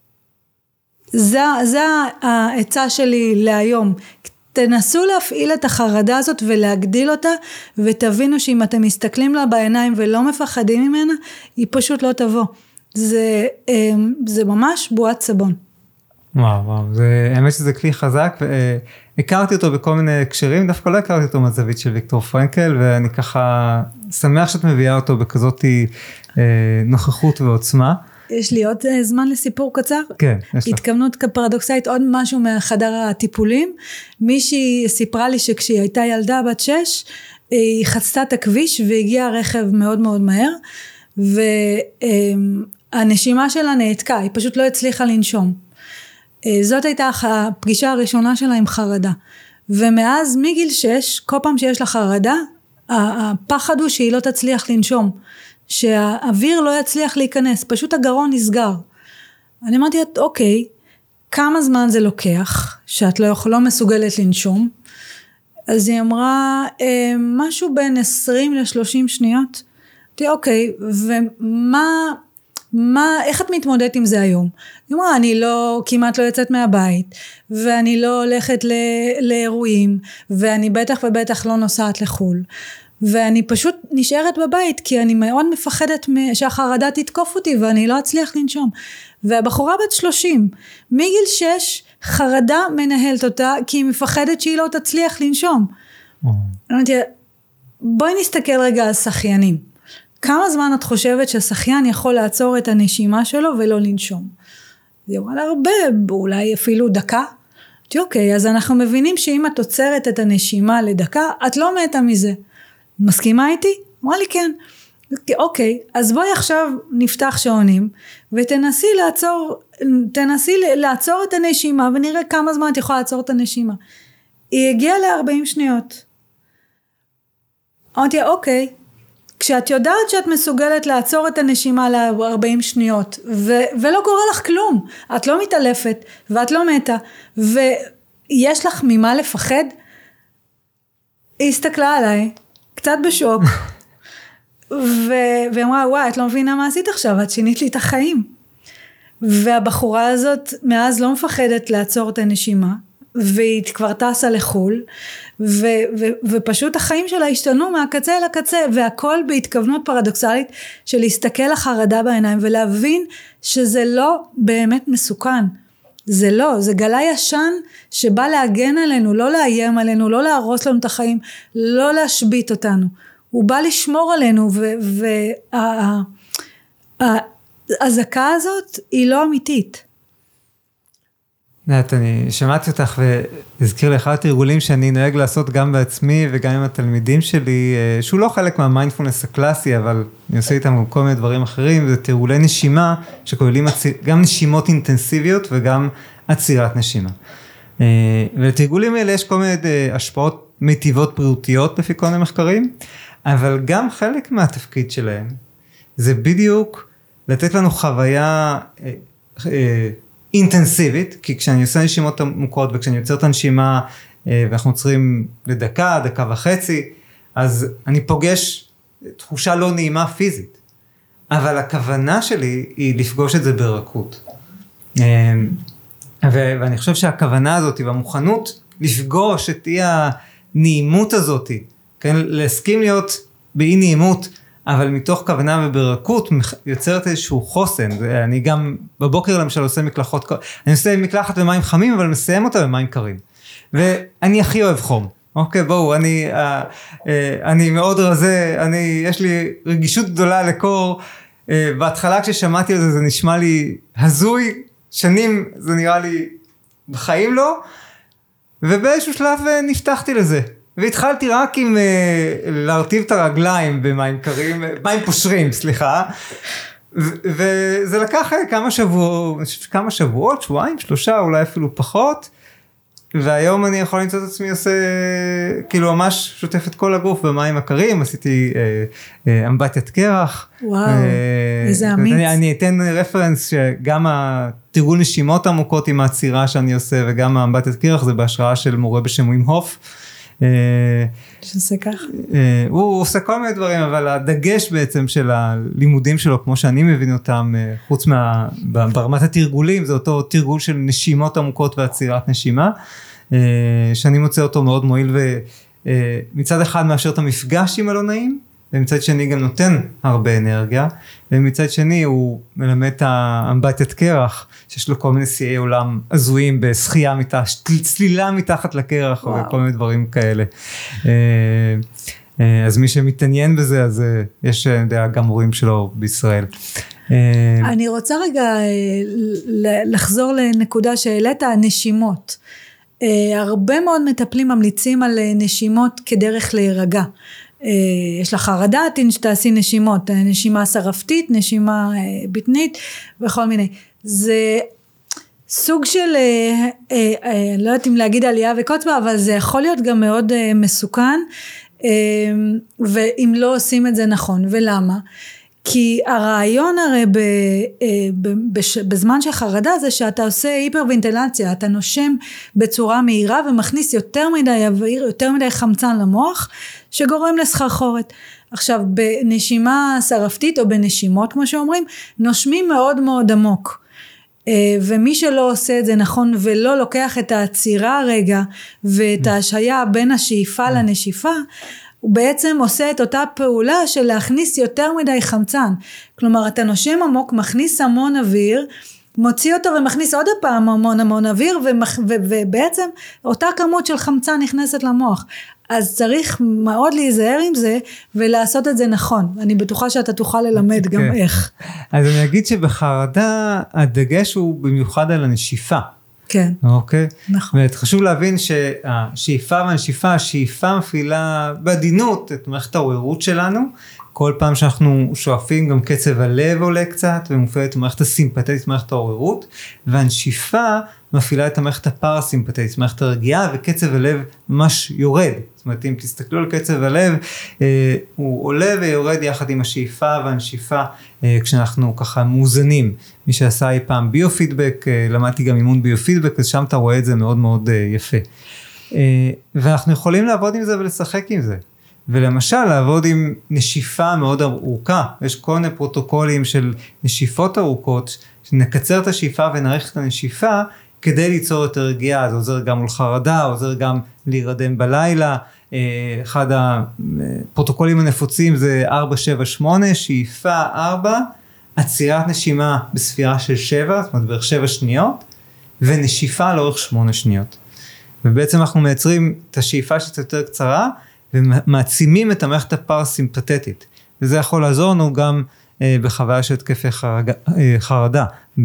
זה, זה העצה שלי להיום, תנסו להפעיל את החרדה הזאת ולהגדיל אותה, ותבינו שאם אתם מסתכלים לה בעיניים ולא מפחדים ממנה, היא פשוט לא תבוא. זה, זה ממש בועת סבון. וואו, וואו, זה, האמת שזה כלי חזק, והכרתי אותו בכל מיני הקשרים, דווקא לא הכרתי אותו מהזווית של ויקטור פרנקל, ואני ככה שמח שאת מביאה אותו בכזאת נוכחות ועוצמה. יש לי עוד זמן לסיפור קצר. כן, יש לך. התכוונות פרדוקסלית, עוד משהו מחדר הטיפולים. מישהי סיפרה לי שכשהיא הייתה ילדה בת שש, היא חצתה את הכביש והגיע רכב מאוד מאוד מהר, והנשימה שלה נעתקה, היא פשוט לא הצליחה לנשום. זאת הייתה הפגישה הראשונה שלה עם חרדה. ומאז מגיל שש, כל פעם שיש לה חרדה, הפחד הוא שהיא לא תצליח לנשום. שהאוויר לא יצליח להיכנס, פשוט הגרון נסגר. אני אמרתי, אוקיי, כמה זמן זה לוקח, שאת לא, לא מסוגלת לנשום? אז היא אמרה, משהו בין עשרים לשלושים שניות. אמרתי, אוקיי, ומה, מה, איך את מתמודדת עם זה היום? היא אמרה, אני לא, כמעט לא יוצאת מהבית, ואני לא הולכת ל, לאירועים, ואני בטח ובטח לא נוסעת לחול. ואני פשוט נשארת בבית, כי אני מאוד מפחדת שהחרדה תתקוף אותי, ואני לא אצליח לנשום. והבחורה בת שלושים, מגיל שש, חרדה מנהלת אותה, כי היא מפחדת שהיא לא תצליח לנשום. אמרתי, בואי נסתכל רגע על שחיינים. כמה זמן את חושבת שהשחיין יכול לעצור את הנשימה שלו ולא לנשום? זה אומר הרבה, אולי אפילו דקה. אוקיי, אז אנחנו מבינים שאם את עוצרת את הנשימה לדקה, את לא מתה מזה. מסכימה איתי? אמרה לי כן. אוקיי, אז בואי עכשיו נפתח שעונים, ותנסי לעצור, תנסי לעצור את הנשימה, ונראה כמה זמן את יכולה לעצור את הנשימה. היא הגיעה ל-ארבעים שניות. אמרתי, אוקיי, כשאת יודעת שאת מסוגלת לעצור את הנשימה ל-ארבעים שניות, ו- ולא קורה לך כלום, את לא מתעלפת, ואת לא מתה, ויש לך ממה לפחד, היא הסתכלה עליי, קצת בשוק, ו- ואמרה, וואי, את לא מבינה מה עשית עכשיו, את שינית לי את החיים. והבחורה הזאת מאז לא מפחדת לעצור את הנשימה, והיא כבר טסה לחול, ו- ו- ופשוט החיים שלה השתנו מהקצה אל הקצה, והכל בהתכוונות פרדוקסלית של להסתכל לחרדה בעיניים, ולהבין שזה לא באמת מסוכן. זה לא, זה גלה ישן שבא להגן עלינו, לא לאיים עלינו, לא להרוס לנו את החיים, לא להשבית אותנו. הוא בא לשמור עלינו, והזעקה הזאת היא לא אמיתית. נעת, אני שמעתי אותך והזכיר לי אחד התרגולים שאני נוהג לעשות גם בעצמי וגם עם התלמידים שלי, שהוא לא חלק מהמיינדפולנס הקלאסי, אבל אני עושה איתם כל מיני דברים אחרים, זה תרגולי נשימה שכוללים גם נשימות אינטנסיביות וגם עצירת נשימה. ולתרגולים האלה יש כל מיני השפעות מיטיבות בריאותיות לפי כל מיני מחקרים, אבל גם חלק מהתפקיד שלהם זה בדיוק לתת לנו חוויה אינטנסיבית, כי כשאני עושה נשימות עמוקות וכשאני יוצר את הנשימה ואנחנו עוצרים לדקה, דקה וחצי, אז אני פוגש תחושה לא נעימה פיזית, אבל הכוונה שלי היא לפגוש את זה ברכות. ואני חושב שהכוונה הזאת והמוכנות לפגוש את אי הנעימות הזאת, כן, להסכים להיות באי נעימות, אבל מתוך כוונה וברכות יוצרת איזשהו חוסן. אני גם בבוקר למשל עושה מקלחות, אני עושה מקלחת במים חמים, אבל מסיים אותה במים קרים. ואני הכי אוהב חום. אוקיי, בואו, אני, אני מאוד רזה, אני, יש לי רגישות גדולה לקור. בהתחלה כששמעתי על זה, זה נשמע לי הזוי, שנים זה נראה לי בחיים לא, ובאיזשהו שלב נפתחתי לזה. והתחלתי רק עם uh, להרטיב את הרגליים במים קרים, מים פושרים, סליחה, ו- וזה לקח כמה שבועות, כמה שבועות, שבועיים, שלושה, אולי אפילו פחות, והיום אני יכול למצוא את עצמי עושה, כאילו ממש שוטף את כל הגוף במים הקרים, עשיתי uh, uh, אמבטיית קרח. וואו, uh, איזה אמיץ. אני, אני אתן רפרנס שגם התרגול נשימות עמוקות עם העצירה שאני עושה, וגם האמבטיית קרח זה בהשראה של מורה בשם ווים הוף, שעושה כך? הוא עושה כל מיני דברים, אבל הדגש בעצם של הלימודים שלו, כמו שאני מבין אותם, חוץ מה, ברמת התרגולים, זה אותו תרגול של נשימות עמוקות ועצירת נשימה, שאני מוצא אותו מאוד מועיל, ומצד אחד מאפשר את המפגש עם הלא נעים, ומצד שני גם נותן הרבה אנרגיה, ומצד שני הוא מלמד את האמבטיית קרח, שיש לו כל מיני שיאי עולם הזויים בשחייה מתחת, צלילה מתחת לקרח, וואו. וכל מיני דברים כאלה. אז מי שמתעניין בזה, אז יש גם מורים שלו בישראל. אני רוצה רגע לחזור לנקודה שהעלית, הנשימות. הרבה מאוד מטפלים ממליצים על נשימות כדרך להירגע. יש לך חרדה, תעשי נשימות, נשימה שרפתית, נשימה בטנית וכל מיני. זה סוג של, לא יודעת אם להגיד עלייה וקוץ בה, אבל זה יכול להיות גם מאוד מסוכן, ואם לא עושים את זה נכון. ולמה? כי הרעיון הרי ב, ב, בש, בזמן של חרדה זה שאתה עושה היפרוונטילציה, אתה נושם בצורה מהירה ומכניס יותר מדי אוויר, יותר מדי חמצן למוח, שגורם לסחרחורת. עכשיו בנשימה שרפתית או בנשימות כמו שאומרים, נושמים מאוד מאוד עמוק. ומי שלא עושה את זה נכון ולא לוקח את העצירה רגע ואת ההשהיה בין השאיפה לנשיפה, הוא בעצם עושה את אותה פעולה של להכניס יותר מדי חמצן. כלומר, אתה נושם עמוק, מכניס המון אוויר, מוציא אותו ומכניס עוד הפעם המון המון אוויר, ומח, ו, ובעצם אותה כמות של חמצן נכנסת למוח. אז צריך מאוד להיזהר עם זה, ולעשות את זה נכון. אני בטוחה שאתה תוכל ללמד גם איך. אז אני אגיד שבחרדה, הדגש הוא במיוחד על הנשיפה. כן. אוקיי? נכון. וחשוב להבין שהשאיפה והנשיפה, השאיפה מפעילה בעדינות את מערכת העוררות שלנו, כל פעם שאנחנו שואפים גם קצב הלב עולה קצת, ומופעלת מערכת הסימפתטית, מערכת העוררות, והנשיפה מפעילה את המערכת הפרסימפתטית, מערכת הרגיעה, וקצב הלב ממש יורד. זאת אומרת, אם תסתכלו על קצב הלב, אה, הוא עולה ויורד יחד עם השאיפה והנשיפה, אה, כשאנחנו ככה מאוזנים. מי שעשה אי פעם ביופידבק, אה, למדתי גם אימון ביופידבק, אז שם אתה רואה את זה מאוד מאוד אה, יפה. אה, ואנחנו יכולים לעבוד עם זה ולשחק עם זה. ולמשל, לעבוד עם נשיפה מאוד ארוכה, יש כל מיני פרוטוקולים של נשיפות ארוכות, שנקצר את השאיפה ונעריך את הנשיפה, כדי ליצור יותר רגיעה. זה עוזר גם מול חרדה, עוזר גם להירדם בלילה. אחד הפרוטוקולים הנפוצים זה ארבע שבע שמונה, שאיפה ארבע, עצירת נשימה בספירה של שבע, זאת אומרת בערך שבע שניות, ונשיפה לאורך שמונה שניות. ובעצם אנחנו מייצרים את השאיפה שהיא יותר קצרה, ומעצימים את המערכת הפרסימפתטית. וזה יכול לעזור לנו גם אה, בחוויה של תקפי חרדה, אה, חרדה,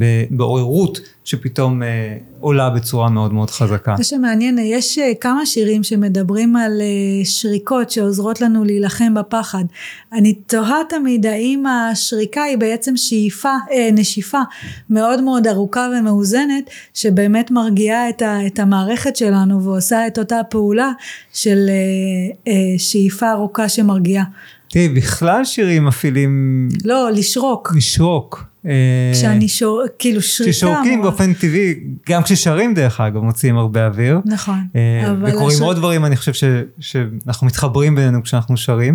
בעוררות שפתאום אה, עולה בצורה מאוד מאוד חזקה. זה שמעניין, יש אה, כמה שירים שמדברים על אה, שריקות שעוזרות לנו להילחם בפחד. אני תוהה תמיד האם השריקה היא בעצם שאיפה, אה, נשיפה מאוד מאוד ארוכה ומאוזנת, שבאמת מרגיעה את, ה, את המערכת שלנו ועושה את אותה פעולה של אה, אה, שאיפה ארוכה שמרגיעה. תראי, בכלל שירים מפעילים... לא, לשרוק. לשרוק. כשאני שור... כאילו שריקה. כששורקים באופן טבעי, גם כששרים דרך אגב, מוציאים הרבה אוויר. נכון. וקוראים עוד דברים, אני חושב שאנחנו מתחברים בינינו כשאנחנו שרים.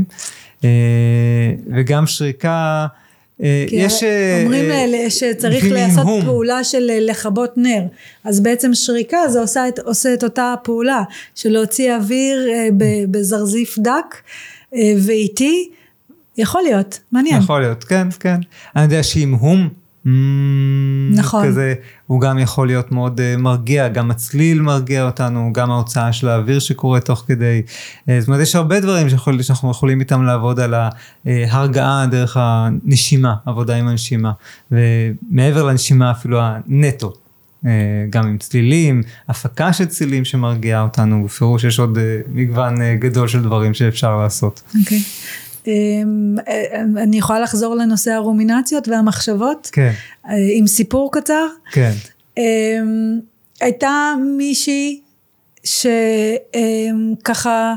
וגם שריקה... יש... אומרים שצריך לעשות פעולה של לכבות נר. אז בעצם שריקה זה עושה את אותה פעולה, של להוציא אוויר בזרזיף דק, ואיתי, יכול להיות, מעניין. יכול להיות, כן, כן. אני יודע שהמהום, נכון. כזה, הוא גם יכול להיות מאוד מרגיע, גם הצליל מרגיע אותנו, גם ההוצאה של האוויר שקורה תוך כדי. זאת אומרת, יש הרבה דברים שיכול, שאנחנו יכולים איתם לעבוד על ההרגעה דרך הנשימה, עבודה עם הנשימה, ומעבר לנשימה אפילו הנטו. גם עם צלילים, הפקה של צלילים שמרגיעה אותנו, בפירוש יש עוד מגוון גדול של דברים שאפשר לעשות. אוקיי. אני יכולה לחזור לנושא הרומינציות והמחשבות? כן. עם סיפור קצר? כן. הייתה מישהי שככה,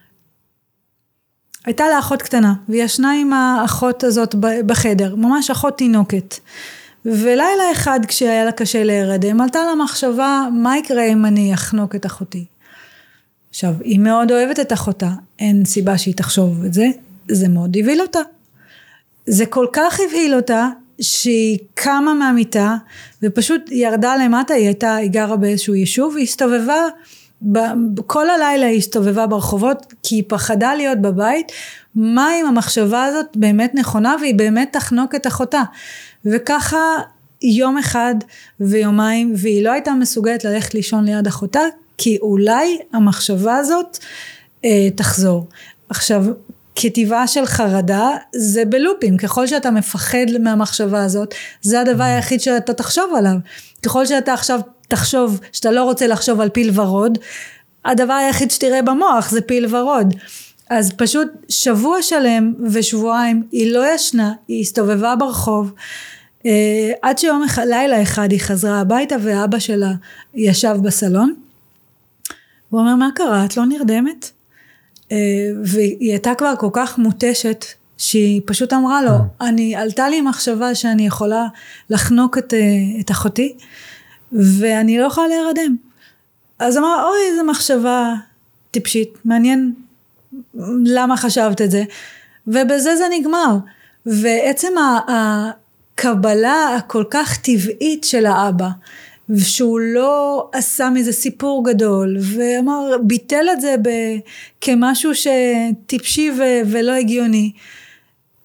הייתה לה אחות קטנה, והיא ישנה עם האחות הזאת בחדר, ממש אחות תינוקת. ולילה אחד כשהיה לה קשה להירדם, עלתה לה מחשבה, מה יקרה אם אני אחנוק את אחותי? עכשיו, היא מאוד אוהבת את אחותה, אין סיבה שהיא תחשוב את זה, זה מאוד הבהיל אותה. זה כל כך הבהיל אותה, שהיא קמה מהמיטה, ופשוט ירדה למטה, היא הייתה, היא גרה באיזשהו יישוב, והיא הסתובבה, כל הלילה היא הסתובבה ברחובות, כי היא פחדה להיות בבית, מה אם המחשבה הזאת באמת נכונה, והיא באמת תחנוק את אחותה. וככה יום אחד ויומיים, והיא לא הייתה מסוגלת ללכת לישון ליד אחותה, כי אולי המחשבה הזאת אה, תחזור. עכשיו, כתיבה של חרדה, זה בלופים, ככל שאתה מפחד מהמחשבה הזאת, זה הדבר היחיד שאתה תחשוב עליו. ככל שאתה עכשיו תחשוב, שאתה לא רוצה לחשוב על פיל ורוד, הדבר היחיד שתראה במוח זה פיל ורוד. אז פשוט שבוע שלם ושבועיים, היא לא ישנה, היא הסתובבה ברחוב, עד שיום אחד, לילה אחד היא חזרה הביתה, ואבא שלה ישב בסלון, הוא אומר, מה קרה? את לא נרדמת? והיא הייתה כבר כל כך מוטשת, שהיא פשוט אמרה לו, אני, עלתה לי מחשבה שאני יכולה לחנוק את, את אחותי, ואני לא יכולה להירדם. אז אמרה, אוי, איזו מחשבה טיפשית, מעניין למה חשבת את זה, ובזה זה נגמר. ועצם הקבלה הכל כך טבעית של האבא, שהוא לא עשה מזה סיפור גדול, ואמר, ביטל את זה ב- כמשהו שטיפשי ו- ולא הגיוני.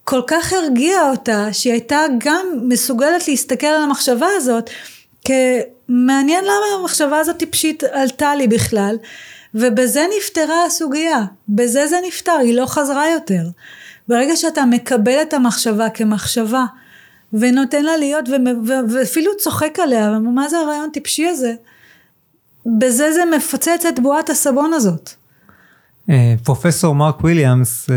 כל כך הרגיע אותה, שהיא הייתה גם מסוגלת להסתכל על המחשבה הזאת, כמעניין למה המחשבה הזאת טיפשית עלתה לי בכלל, ובזה נפתרה הסוגיה, בזה זה נפתר, היא לא חזרה יותר. ברגע שאתה מקבל את המחשבה כמחשבה, ונותן לה להיות, ואפילו צוחק עליה, ומה זה הרעיון טיפשי הזה? בזה זה מפוצץ את בועת הסבון הזאת. פרופסור מרק וויליאמס,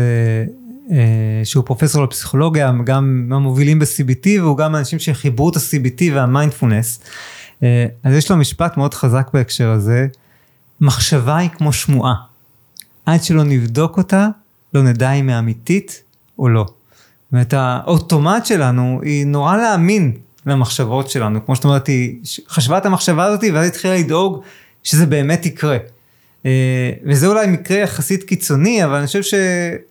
שהוא פרופסור לפסיכולוגיה, גם המובילים ב-סי בי טי, והוא גם אנשים שחיברו את ה-סי בי טי והמיינדפולנס. אז יש לו משפט מאוד חזק בהקשר הזה, מחשבה היא כמו שמועה. עד שלא נבדוק אותה, לא נדע אם היא אמיתית או לא. ואת האוטומט שלנו, היא נורא להאמין למחשבות שלנו. כמו שאת אומרת, היא חשבה את המחשבה הזאת, ואז התחילה לדאוג שזה באמת יקרה. וזה אולי מקרה יחסית קיצוני, אבל אני חושב ש...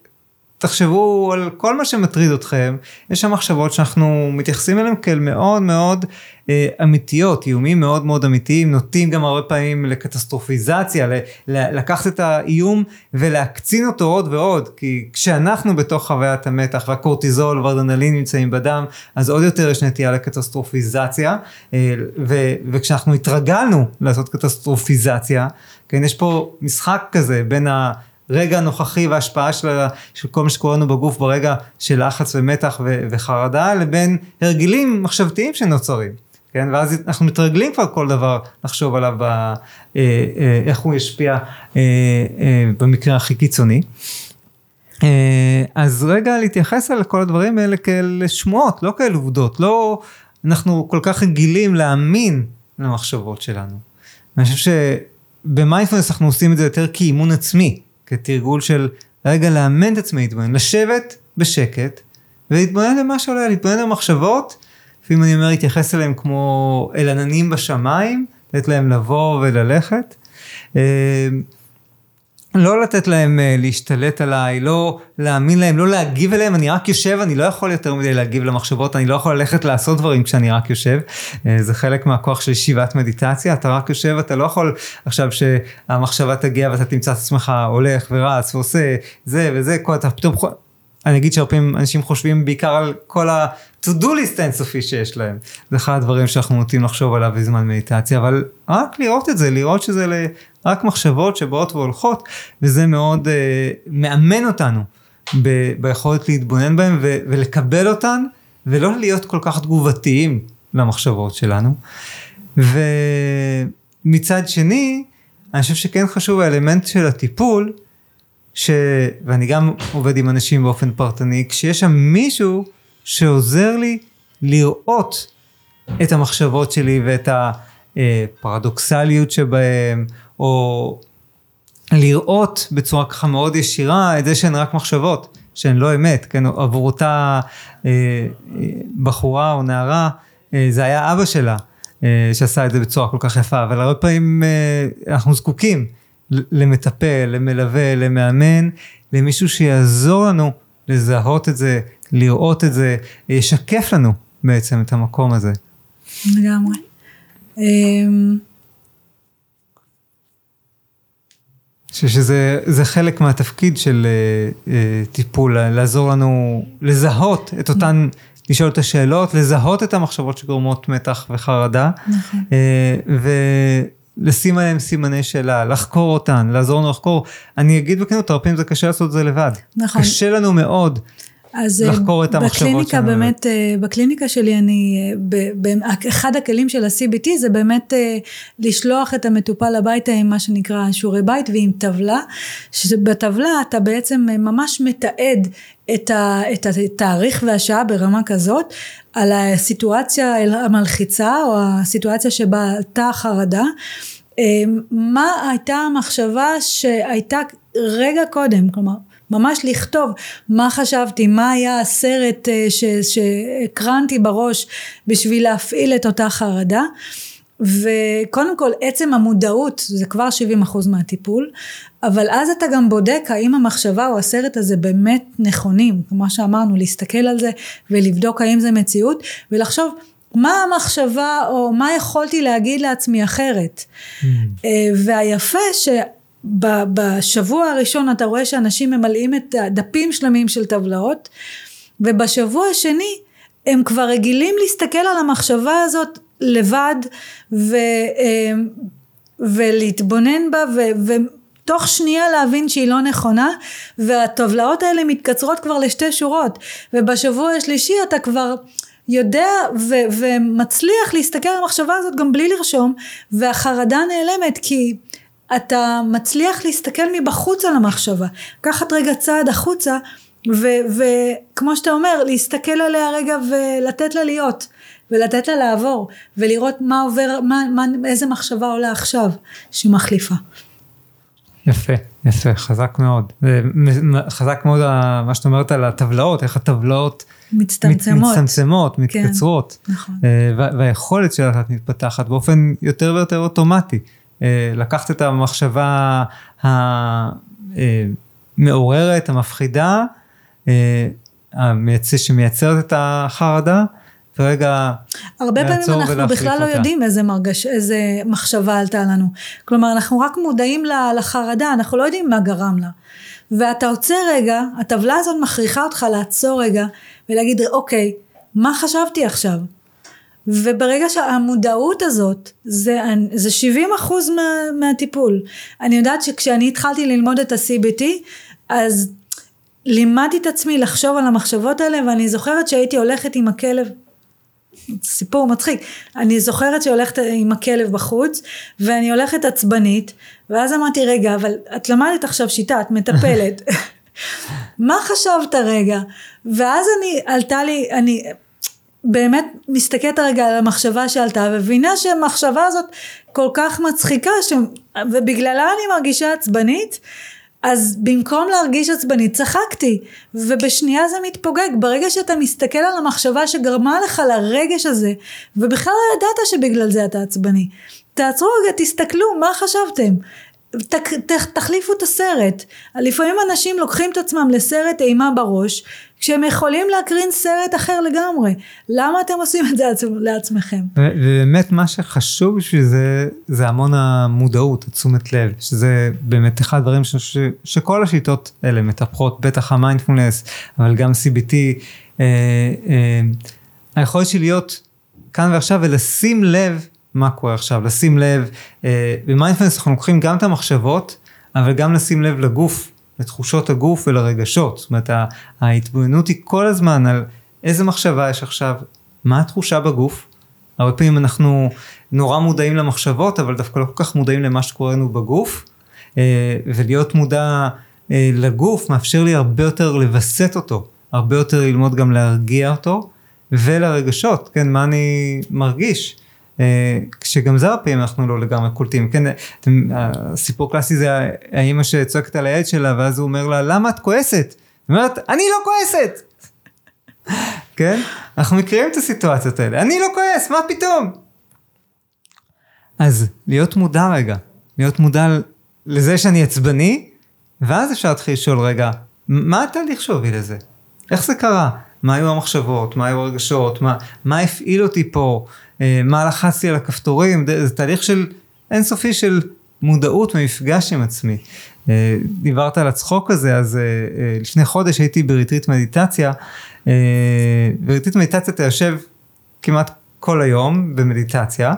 תחשבו על כל מה שמטריד אתכם, יש שם מחשבות שאנחנו מתייחסים אליהם כאל מאוד מאוד אה, אמיתיות, איומים מאוד מאוד אמיתיים, נוטים גם הרבה פעמים לקטסטרופיזציה, ל- ל- לקחת את האיום ולהקצין אותו עוד ועוד, כי כשאנחנו בתוך חוויית המתח והקורטיזול והאדרנלין נמצאים בדם, אז עוד יותר יש נטייה לקטסטרופיזציה, אה, ו- וכשאנחנו התרגלנו לעשות קטסטרופיזציה, כן, יש פה משחק כזה בין ה... רגע הנוכחי וההשפעה של, של כל מה שקורה לנו בגוף ברגע של לחץ ומתח ו, וחרדה, לבין הרגילים מחשבתיים שנוצרים, כן? ואז אנחנו מתרגלים כבר כל דבר לחשוב עליו, ב, אה, אה, איך הוא ישפיע אה, אה, במקרה הכי קיצוני. אה, אז רגע להתייחס על כל הדברים האלה כאל שמועות, לא כאל עובדות, לא, אנחנו כל כך רגילים להאמין למחשבות שלנו. אני חושב שבמיינדפולנס אנחנו עושים את זה יותר כאימון עצמי, כתרגול של רגע לאמן את עצמי, להתבונן, לשבת בשקט, ולהתבונן למה שעולה, להתבונן למחשבות, לפעמים אני אומר, להתייחס אליהם כמו אל עננים בשמיים, לתת להם לבוא וללכת, לא לתת להם להשתלט עליי, לא להאמין להם, לא להגיב אליהם, אני רק יושב, אני לא יכול יותר מדי להגיב למחשבות, אני לא יכול ללכת לעשות דברים כשאני רק יושב, זה חלק מהכוח של ישיבת מדיטציה, אתה רק יושב, אתה לא יכול עכשיו שהמחשבה תגיע ואתה תמצא את עצמך הולך ורץ ועושה זה וזה, אתה פתאום, אני אגיד שהרפאים אנשים חושבים בעיקר על כל ה-to-do list אינסופי שיש להם, זה אחד הדברים שאנחנו נוטים לחשוב עליו בזמן מדיטציה, אבל רק לראות את זה, לראות שזה ל... רק מחשבות שבאות והולכות, וזה מאוד אה, מאמן אותנו ב- ביכולת להתבונן בהם ו- ולקבל אותן, ולא להיות כל כך תגובתיים למחשבות שלנו. ומצד שני, אני חושב שכן חשוב האלמנט של הטיפול, ש... ואני גם עובד עם אנשים באופן פרטני, כשיש שם מישהו שעוזר לי לראות את המחשבות שלי ואת הפרדוקסליות שבהם, או לראות בצורה ככה מאוד ישירה את זה שהן רק מחשבות, שהן לא אמת, כן, עבור אותה אה, בחורה או נערה, אה, זה היה אבא שלה, אה, שעשה את זה בצורה כל כך יפה, אבל הרבה פעמים אה, אנחנו זקוקים למטפל, למלווה, למאמן, למישהו שיעזור לנו לזהות את זה, לראות את זה, ישקף לנו בעצם את המקום הזה. לגמרי. שזה זה חלק מהתפקיד של אה, טיפול, לעזור לנו לזהות את אותן, לשאול את השאלות, לזהות את המחשבות שגורמות מתח וחרדה, נכון. אה, ולשים עליהם סימני שאלה, לחקור אותן, לעזור לנו לחקור. אני אגיד בכנות, הרבה פעמים זה קשה לעשות את זה לבד. נכון. קשה לנו מאוד. אז לחקור את המחשבות בקליניקה שלנו. באמת, בקליניקה שלי אני, אחד הכלים של ה-סי בי טי זה באמת לשלוח את המטופל הביתה עם מה שנקרא שיעורי בית ועם טבלה, שבטבלה אתה בעצם ממש מתעד את התאריך והשעה ברמה כזאת, על הסיטואציה המלחיצה או הסיטואציה שבה עלתה חרדה, מה הייתה המחשבה שהייתה רגע קודם, כלומר, ממש לכתוב מה חשבתי, מה היה הסרט שהקרנתי בראש בשביל להפעיל את אותה חרדה, וקודם כל עצם המודעות זה כבר שבעים אחוז מהטיפול, אבל אז אתה גם בודק האם המחשבה או הסרט הזה באמת נכונים, כמו שאמרנו, להסתכל על זה ולבדוק האם זה מציאות, ולחשוב מה המחשבה או מה יכולתי להגיד לעצמי אחרת. Mm. והיפה ש... בשבוע הראשון אתה רואה שאנשים ממלאים את הדפים שלמים של טבלאות, ובשבוע השני הם כבר רגילים להסתכל על המחשבה הזאת לבד ו, ולהתבונן בה ו, ותוך שנייה להבין שהיא לא נכונה, והטבלאות האלה מתקצרות כבר לשתי שורות, ובשבוע השלישי אתה כבר יודע ו- ומצליח להסתכל על המחשבה הזאת גם בלי לרשום, והחרדה נעלמת כי אתה מצליח להסתכל מבחוץ על המחשבה, לקחת רגע צעד החוצה וכמו שאתה אומר, להסתכל עליה רגע ולתת לה להיות, ולתת לה לעבור, ולראות מה עובר, מה, מה, איזה מחשבה עולה עכשיו, שמחליפה. יפה, יפה, חזק מאוד. חזק מאוד מה שאת אומרת על הטבלאות, איך הטבלאות מצטמצמות, מצטמצמות, מתקצרות. כן, נכון. והיכולת שלך מתפתחת באופן יותר ויותר אוטומטי. לקחת את המחשבה המעוררת, המפחידה, שמייצרת את החרדה, ורגע הרבה פעמים אנחנו בכלל לא יודעים איזה מרגש, איזה מחשבה עלתה לנו. כלומר, אנחנו רק מודעים לחרדה, אנחנו לא יודעים מה גרם לה. ואתה עוצר רגע, הטבלה הזאת מכריחה אותך לעצור רגע, ולהגיד, אוקיי, מה חשבתי עכשיו? וברגע שהמודעות הזאת, זה, זה שבעים אחוז מה, מהטיפול. אני יודעת שכשאני התחלתי ללמוד את ה-סי בי טי, אז לימדתי את עצמי לחשוב על המחשבות האלה, ואני זוכרת שהייתי הולכת עם הכלב, סיפור מצחיק, אני זוכרת שהולכת עם הכלב בחוץ, ואני הולכת עצבנית, ואז אמרתי, רגע, אבל את למדת עכשיו שיטה, את מטפלת, מה חשבת רגע? ואז אני, עלתה לי, אני באמת מסתכלת הרגע על המחשבה שעלתה, ובינה שהמחשבה הזאת כל כך מצחיקה, ש... ובגללה אני מרגישה עצבנית, אז במקום להרגיש עצבנית, צחקתי, ובשנייה זה מתפוגג. ברגע שאתה מסתכל על המחשבה שגרמה לך לרגש הזה, ובכלל לא ידעת שבגלל זה אתה עצבני, תעצרו רגע, תסתכלו, מה חשבתם? ת, ת, תחליפו את הסרט. לפעמים אנשים לוקחים את עצמם לסרט אימה בראש, כשהם יכולים להקרין סרט אחר לגמרי. למה אתם עושים את זה לעצמכם? ובאמת מה שחשוב בשביל זה, זה המון המודעות, התשומת לב, שזה באמת אחד הדברים ש, ש, שכל השיטות האלה מטפחות, בטח המיינדפולנס, אבל גם סי בי טי, אה, אה, היכולת שלי להיות כאן ועכשיו ולשים לב מה קורה עכשיו, לשים לב, אה, במיינדפולנס אנחנו לוקחים גם את המחשבות, אבל גם לשים לב לגוף, לתחושות הגוף ולרגשות. זאת אומרת, ההתבוננות היא כל הזמן על איזה מחשבה יש עכשיו, מה התחושה בגוף. הרבה פעמים אנחנו נורא מודעים למחשבות, אבל דווקא לא כל כך מודעים למה שקורה לנו בגוף, ולהיות מודע לגוף מאפשר לי הרבה יותר לבסט אותו, הרבה יותר ללמוד גם להרגיע אותו, ולרגשות, כן, מה אני מרגיש. כשגם זה הפעמים אנחנו לא לגמרי קולטים, כן, הסיפור קלאסי זה האמא שצועקת על הילד שלה, ואז הוא אומר לה, למה את כועסת? היא אומרת, אני לא כועסת, כן, אנחנו מכירים את הסיטואציות האלה, אני לא כועס, מה פתאום? אז להיות מודע רגע, להיות מודע לזה שאני עצבני, ואז אפשר להתחיל לשאול רגע, מה התהליך שהוביל לזה? איך זה קרה? מה היו המחשבות? מה היו הרגשות? מה, מה הפעיל אותי פה? מה לחצתי על הכפתורים? זה תהליך של אינסופי של מודעות ומפגש עם עצמי. דיברת על הצחוק הזה, אז לפני חודש הייתי בריטריט מדיטציה, בריטריט מדיטציה אתה יושב כמעט כל היום במדיטציה,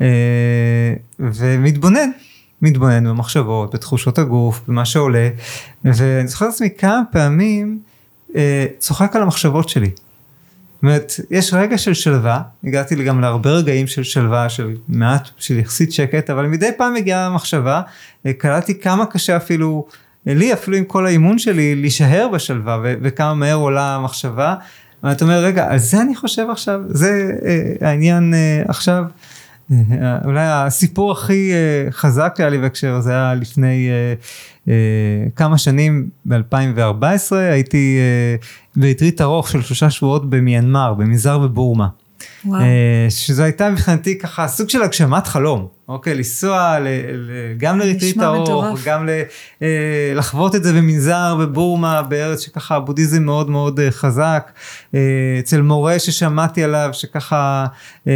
ומתבונן, מתבונן במחשבות, בתחושות הגוף, במה שעולה, ואני זוכר את עצמי כמה פעמים, צוחק על המחשבות שלי. זאת אומרת, יש רגע של שלווה, הגעתי גם להרבה רגעים של שלווה, של מעט, של יחסית שקט, אבל מדי פעם הגיעה המחשבה, קלטתי כמה קשה אפילו, לי אפילו עם כל האימון שלי, להישאר בשלווה, ו- וכמה מהר עולה המחשבה, ואתה אומר, רגע, על זה אני חושב עכשיו, זה אה, העניין אה, עכשיו, אה, אולי הסיפור הכי אה, חזק היה לי בהקשר, זה היה לפני אה, אה, כמה שנים, ב-אלפיים וארבע עשרה, הייתי אה, בריטריט ארוך של שלושה שבועות במיינמר, במנזר בבורמה. וואו. שזו הייתה מבחינתי ככה סוג של הגשמת חלום, אוקיי, לנסוע ל, ל, גם לריטריט ארוך, גם ל, לחוות את זה במנזר בבורמה, בארץ שככה הבודהיזם מאוד מאוד חזק, אצל מורה ששמעתי עליו, שככה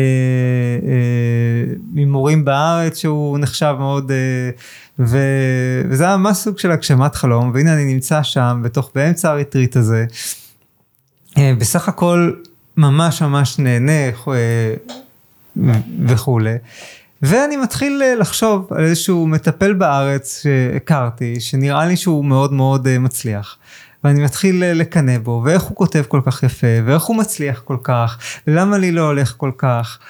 ממורים בארץ שהוא נחשב מאוד, ו, וזה היה ממש סוג של הגשמת חלום, והנה אני נמצא שם, בתוך באמצע הריטריט הזה, בסך הכל ממש ממש נהנה וכו'. ואני מתחיל לחשוב על איזשהו מטפל בארץ שהכרתי, שנראה לי שהוא מאוד מאוד מצליח. ואני מתחיל לקנא בו, ואיך הוא כותב כל כך יפה, ואיך הוא מצליח כל כך, ולמה לי לא הולך כל כך.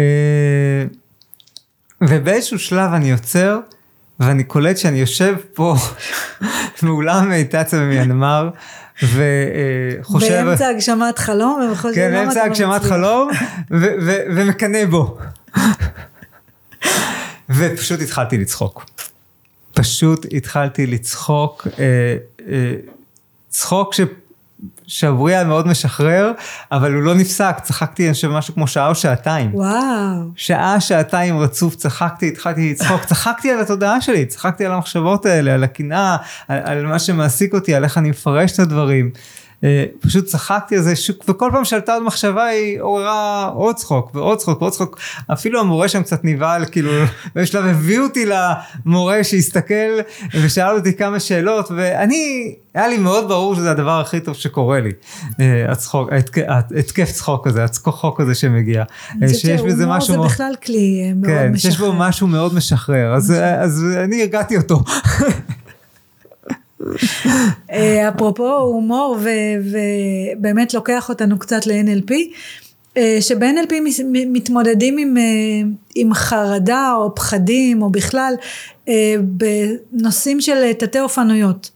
ובאיזשהו שלב אני יוצר, ואני קולט שאני יושב פה, מאולם מיטציה במיינמר, וחושב... באמצע הגשמת חלום, כן, באמצע הגשמת חלום, ומקנא בו. ופשוט התחלתי לצחוק. פשוט התחלתי לצחוק, צחוק שעבורי היה מאוד משחרר, אבל הוא לא נפסק, צחקתי אני חושב משהו כמו שעה או שעתיים. וואו. שעה, שעתיים רצוף, צחקתי, התחלתי לצחוק, צחקתי על התודעה שלי, צחקתי על המחשבות האלה, על הקנאה, על, על מה שמעסיק אותי, על איך אני מפרש את הדברים. פשוט צחקתי על זה, וכל פעם שעלתה עוד מחשבה היא עוררה עוד צחוק, ועוד צחוק, ועוד צחוק, אפילו המורה שם קצת נבהל, כאילו, בשלב הביאו אותי למורה שהסתכל, ושאל אותי כמה שאלות, ואני, היה לי מאוד ברור שזה הדבר הכי טוב שקורה לי, הצחוק, התקף צחוק הזה, הצחוק הזה שמגיע, שיש בזה משהו, זה בכלל כלי מאוד כן, משחרר. שיש בו משהו מאוד משחרר, אז, אז אני הרגעתי אותו. אפרופו הומור ובאמת לוקח אותנו קצת ל-אן אל פי, שב-אן אל פי מתמודדים עם, עם חרדה או פחדים או בכלל בנושאים של תתי אופנויות.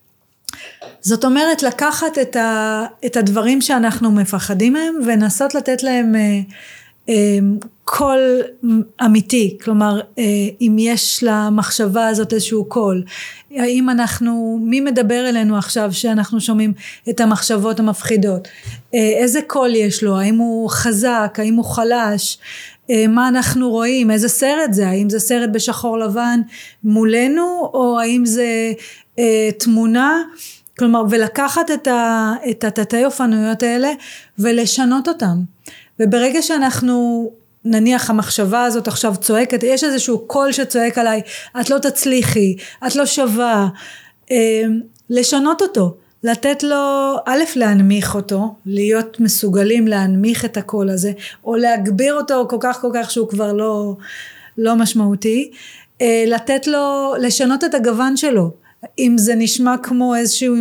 זאת אומרת לקחת את, ה, את הדברים שאנחנו מפחדים מהם ונסות לתת להם קול אמיתי, כלומר אם יש למחשבה הזאת איזשהו קול, האם אנחנו, מי מדבר אלינו עכשיו שאנחנו שומעים את המחשבות המפחידות, איזה קול יש לו, האם הוא חזק, האם הוא חלש, מה אנחנו רואים, איזה סרט זה, האם זה סרט בשחור לבן מולנו, או האם זה תמונה, כלומר ולקחת את, ה, את התתי אופנויות האלה ולשנות אותם. וברגע שאנחנו, נניח המחשבה הזאת עכשיו צועקת, יש איזשהו קול שצועק עליי, את לא תצליחי, את לא שווה, לשנות אותו, לתת לו, א' להנמיך אותו, להיות מסוגלים להנמיך את הקול הזה, או להגביר אותו כל כך כל כך שהוא כבר לא, לא משמעותי, לתת לו, לשנות את הגוון שלו, אם זה נשמע כמו איזשהו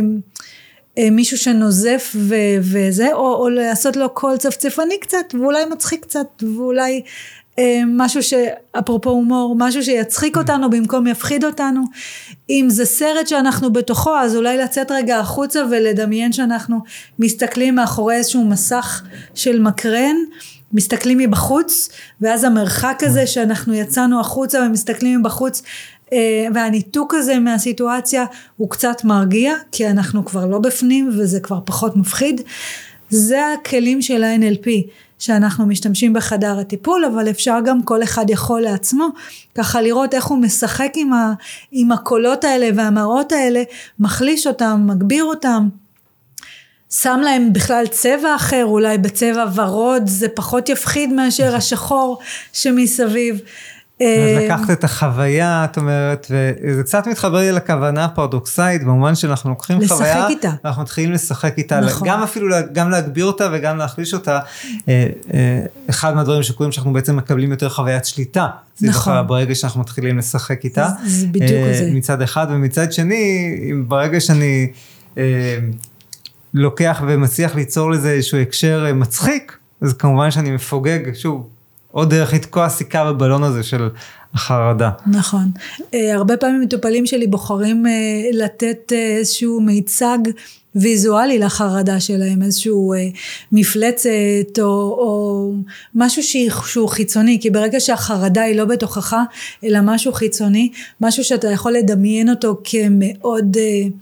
מישהו שנוזף ו- וזה, או, או לעשות לו קול צפצפני קצת, ואולי מצחיק קצת, ואולי אה, משהו שאפרופו הומור, משהו שיצחיק אותנו במקום יפחיד אותנו. אם זה סרט שאנחנו בתוכו, אז אולי לצאת רגע החוצה ולדמיין שאנחנו מסתכלים מאחורי איזשהו מסך של מקרן, מסתכלים מבחוץ, ואז המרחק הזה שאנחנו יצאנו החוצה ומסתכלים מבחוץ, והניתוק הזה מהסיטואציה הוא קצת מרגיע, כי אנחנו כבר לא בפנים וזה כבר פחות מפחיד. זה הכלים של ה-אן אל פי שאנחנו משתמשים בחדר הטיפול, אבל אפשר גם כל אחד יכול לעצמו ככה לראות איך הוא משחק עם, ה, עם הקולות האלה והמראות האלה, מחליש אותם, מגביר אותם, שם להם בכלל צבע אחר, אולי בצבע ורוד, זה פחות יפחיד מאשר השחור שמסביב. לקחת את החוויה, את אומרת, וזה קצת מתחבר לי לכוונה הפרדוקסאית, במובן שאנחנו לוקחים חוויה, ואנחנו מתחילים לשחק איתה, נכון. גם אפילו, גם להגביר אותה וגם להחליש אותה, אחד מהדברים שקוראים שאנחנו בעצם מקבלים יותר חוויית שליטה, נכון. זה ברגע שאנחנו מתחילים לשחק איתה, זה בדיוק זה. מצד אחד, ומצד שני, ברגע שאני לוקח ומצליח ליצור לזה איזשהו הקשר מצחיק, אז כמובן שאני מפוגג, שוב, עוד דרך לתקוע סיכה בבלון הזה של החרדה. נכון. הרבה פעמים מטופלים שלי בוחרים לתת איזשהו מיצג ויזואלי לחרדה שלהם, איזשהו מפלצת או, או משהו שהוא חיצוני, כי ברגע שהחרדה היא לא בתוכך, אלא משהו חיצוני, משהו שאתה יכול לדמיין אותו כמאוד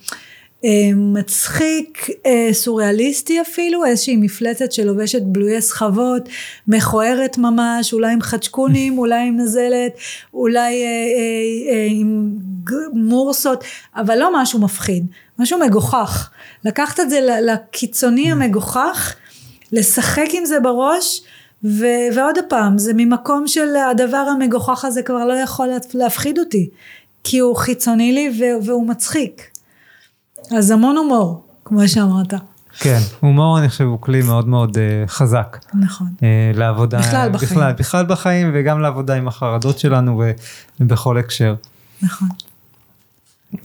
מצחיק, סוריאליסטי אפילו, איזושהי מפלצת שלובשת בלויי סחבות, מכוערת ממש, אולי עם חדשקונים, אולי עם נזלת, אולי עם מורסות, אבל לא משהו מפחיד, משהו מגוחך. לקחת את זה לקיצוני המגוחך, לשחק עם זה בראש, ועוד הפעם, זה ממקום של הדבר המגוחך הזה כבר לא יכול להפחיד אותי, כי הוא חיצוני לי והוא מצחיק. אז המון הומור, כמו שאמרת. כן, הומור אני חושב הוא כלי מאוד מאוד uh, חזק. נכון. Uh, לעבודה, בכלל בחיים. בכלל, בכלל בחיים וגם לעבודה עם החרדות שלנו ובכל הקשר. נכון. Uh,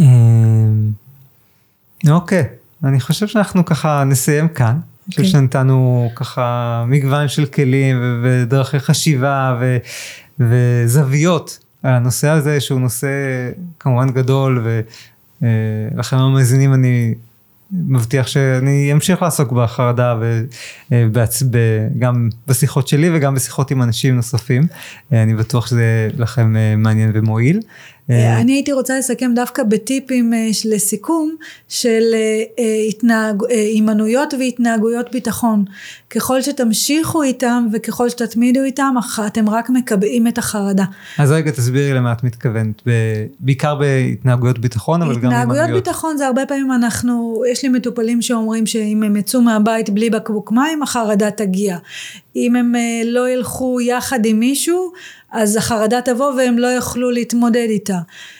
אוקיי, אני חושב שאנחנו ככה נסיים כאן. אני חושב שנתנו ככה מגוון של כלים ו- ודרכי חשיבה ו- וזוויות על הנושא הזה שהוא נושא כמובן גדול ולכם המאזינים אני מבטיח שאני אמשיך לעסוק בחרדה וגם בשיחות שלי וגם בשיחות עם אנשים נוספים. אני בטוח שזה לכם מעניין ומועיל. אני הייתי רוצה לסכם דווקא בטיפים לסיכום של התנהג, אימנויות והתנהגויות ביטחון. ככל שתמשיכו איתם וככל שתתמידו איתם, אתם רק מקבעים את החרדה. אז רגע תסבירי למה את מתכוונת, בעיקר בהתנהגויות ביטחון, אבל גם אימנויות. התנהגויות ביטחון זה הרבה פעמים אנחנו, יש לי מטופלים שאומרים שאם הם יצאו מהבית בלי בקבוק מים, החרדה תגיע. אם הם לא ילכו יחד עם מישהו, אז החרדה תבוא והם לא יוכלו להתמודד איתה.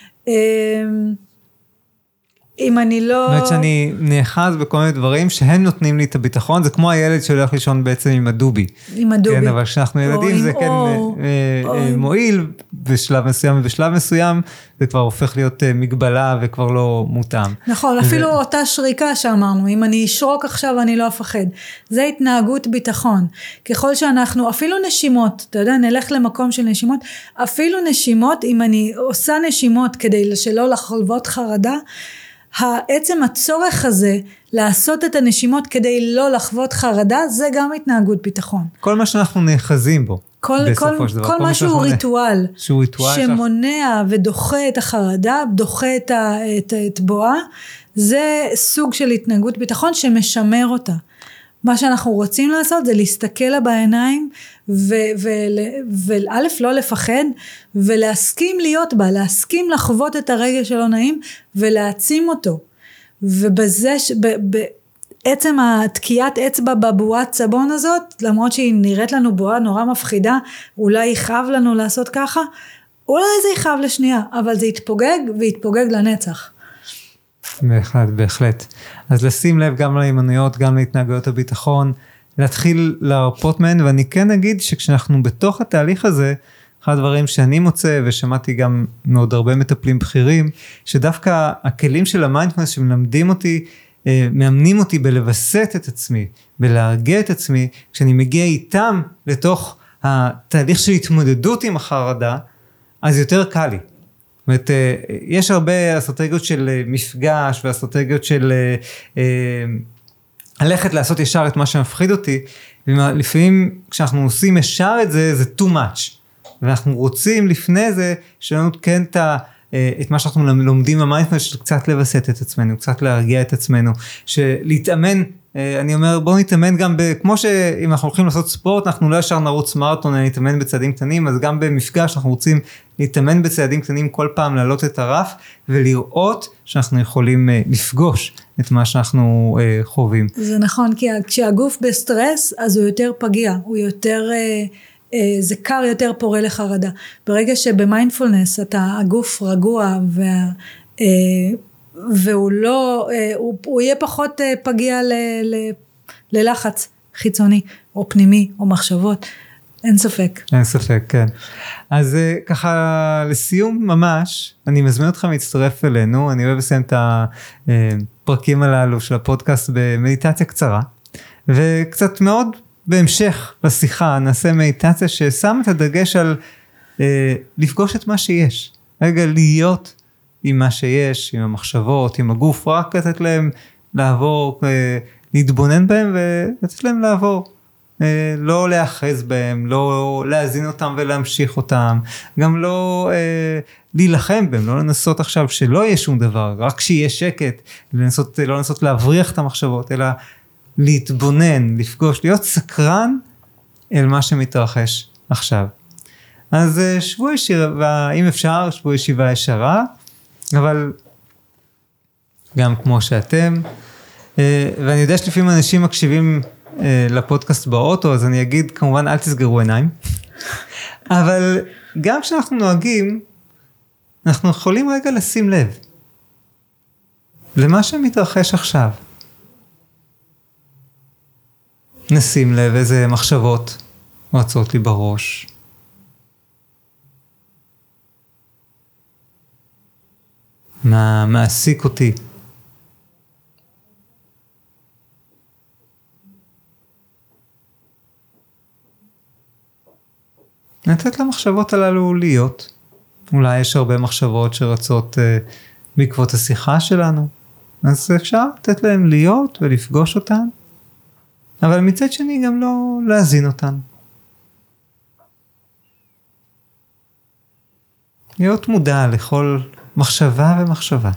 אם אני לא... זאת אומרת שאני נאחז בכל מיני דברים שהם נותנים לי את הביטחון, זה כמו הילד שהולך לישון בעצם עם הדובי. עם הדובי. כן, אבל כשאנחנו ילדים זה כן מועיל בשלב מסוים ובשלב מסוים זה כבר הופך להיות מגבלה וכבר לא מותאם. נכון, אפילו אותה שריקה שאמרנו, אם אני אשרוק עכשיו אני לא אפחד. זה התנהגות ביטחון. ככל שאנחנו, אפילו נשימות, אתה יודע, נלך למקום של נשימות, אפילו נשימות, אם אני עושה נשימות כדי שלא לחלבות חרדה, העצם הצורך הזה לעשות את הנשימות כדי לא לחוות חרדה, זה גם התנהגות ביטחון. כל מה שאנחנו נאחזים בו. כל, כל, כל, כל מה שהוא ריטואל, שהוא ריטואל שמונע ודוחה את החרדה, דוחה את, ה, את, את בואה, זה סוג של התנהגות ביטחון שמשמר אותה. מה שאנחנו רוצים לעשות זה להסתכל לה בעיניים, וא' לא לפחד, ולהסכים להיות בה, להסכים לחוות את הרגע שלא נעים, ולהעצים אותו. ובזה, בעצם התקיעת אצבע בבועת סבון הזאת, למרות שהיא נראית לנו בועה נורא מפחידה, אולי יכאב לנו לעשות ככה, אולי זה יכאב לשנייה, אבל זה יתפוגג ויתפוגג לנצח. בהחלט, בהחלט. אז לשים לב גם לאימנויות, גם להתנהגויות הביטחון, להתחיל להרפות מהן, ואני כן אגיד שכשאנחנו בתוך התהליך הזה, אחד הדברים שאני מוצא, ושמעתי גם מאוד הרבה מטפלים בכירים, שדווקא הכלים של המיינדפולנס שמלמדים אותי, מאמנים אותי בלבסט את עצמי, בלהרגיע את עצמי, כשאני מגיע איתם לתוך התהליך של התמודדות עם החרדה, אז יותר קל לי. זאת אומרת, יש הרבה אסטרטגיות של מפגש, ואסטרטגיות של ללכת לעשות ישר את מה שמפחיד אותי, ולפעמים כשאנחנו עושים ישר את זה, זה too much. ואנחנו רוצים לפני זה, שלנו כן את מה שאנחנו לומדים במיינדפולנס, של קצת לבסט את עצמנו, קצת להרגיע את עצמנו, שלהתאמן, אני אומר בואו נתאמן גם, כמו שאם אנחנו הולכים לעשות ספורט, אנחנו לא ישר נרוץ מרתון, נתאמן בצעדים קטנים, אז גם במפגש אנחנו רוצים להתאמן בצעדים קטנים, כל פעם להעלות את הרף, ולראות שאנחנו יכולים לפגוש את מה שאנחנו חווים. זה נכון, כי כשהגוף בסטרס, אז הוא יותר פגיע, הוא יותר... זה קר יותר פורה לחרדה. ברגע שבמיינדפולנס אתה הגוף רגוע וה, והוא לא, הוא, הוא יהיה פחות פגיע ל, ל, ללחץ חיצוני או פנימי או מחשבות. אין ספק. אין ספק, כן. אז ככה לסיום ממש, אני מזמין אותך להצטרף אלינו, אני אוהב לסיים את הפרקים הללו של הפודקאסט במדיטציה קצרה, וקצת מאוד בהמשך לשיחה נעשה מדיטציה ששם את הדגש על אה, לפגוש את מה שיש, רגע להיות עם מה שיש, עם המחשבות, עם הגוף, רק לתת להם לעבור, אה, להתבונן בהם ולתת להם לעבור, אה, לא להאחז בהם, לא להזין אותם ולהמשיך אותם, גם לא אה, להילחם בהם, לא לנסות עכשיו שלא יהיה שום דבר, רק שיהיה שקט, לנסות, לא לנסות להבריח את המחשבות, אלא להתבונן, לפגוש, להיות סקרן אל מה שמתרחש עכשיו. אז שבוע ישיבה, אם אפשר, שבוע ישיבה ישרה, אבל גם כמו שאתם, ואני יודע שלפעמים אנשים מקשיבים לפודקאסט באוטו, אז אני אגיד כמובן אל תסגרו עיניים, אבל גם כשאנחנו נוהגים, אנחנו יכולים רגע לשים לב למה שמתרחש עכשיו. נשים לב איזה מחשבות רצות לי בראש. מה מעסיק אותי. לתת למחשבות הללו להיות. אולי יש הרבה מחשבות שרצות אה, בעקבות השיחה שלנו, אז אפשר לתת להם להיות ולפגוש אותן, אבל מצד שני גם לא להזין אותן. להיות מודע לכל מחשבה ומחשבה.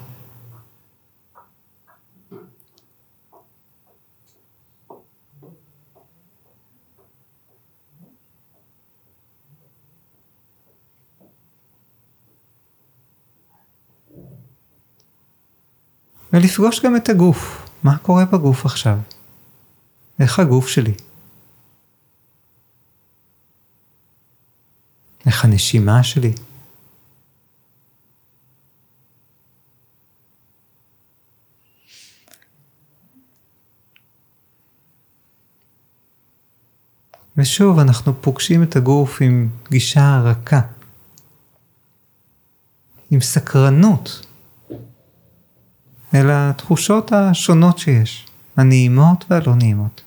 ולפגוש גם את הגוף. מה קורה בגוף עכשיו? איך הגוף שלי? איך הנשימה שלי? ושוב אנחנו פוגשים את הגוף עם גישה רכה, עם סקרנות, אל התחושות השונות שיש, הנעימות והלא נעימות.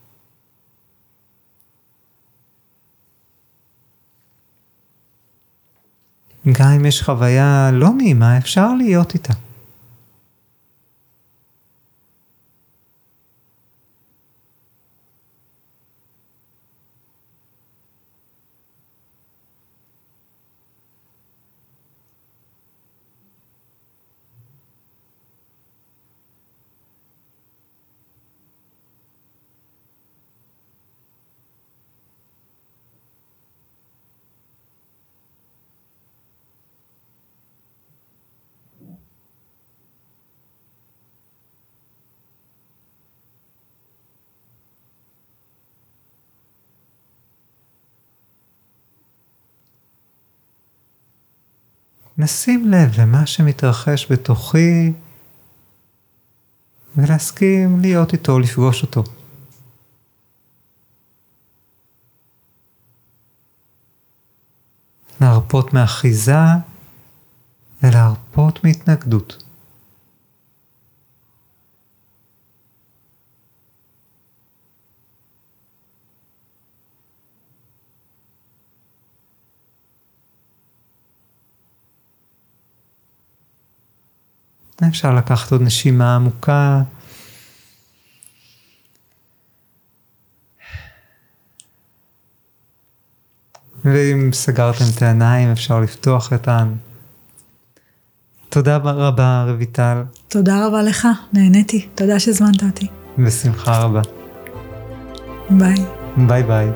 גם אם יש חוויה לא נעימה, אפשר להיות איתה. נשים לב למה שמתרחש בתוכי, ולהסכים להיות איתו, לפגוש אותו. להרפות מאחיזה, ולהרפות מהתנגדות. אפשר לקחת עוד נשימה עמוקה. ואם סגרתם את העיניים אפשר לפתוח אותן. תודה רבה רויטל. תודה רבה לך, נהניתי. תודה שהזמנת אותי. בשמחה רבה. ביי. ביי ביי.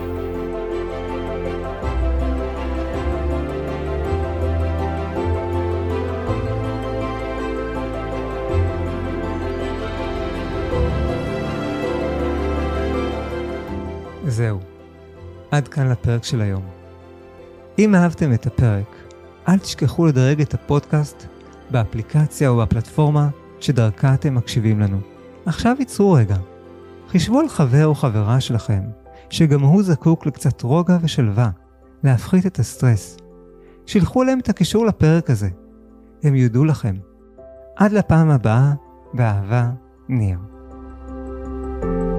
זהו, עד כאן לפרק של היום. אם אהבתם את הפרק, אל תשכחו לדרג את הפודקאסט באפליקציה או בפלטפורמה שדרכה אתם מקשיבים לנו. עכשיו ייצרו רגע. חישבו על חבר או חברה שלכם, שגם הוא זקוק לקצת רוגע ושלווה, להפחית את הסטרס. שילחו להם את הקישור לפרק הזה. הם יודו לכם. עד לפעם הבאה, באהבה, ניר.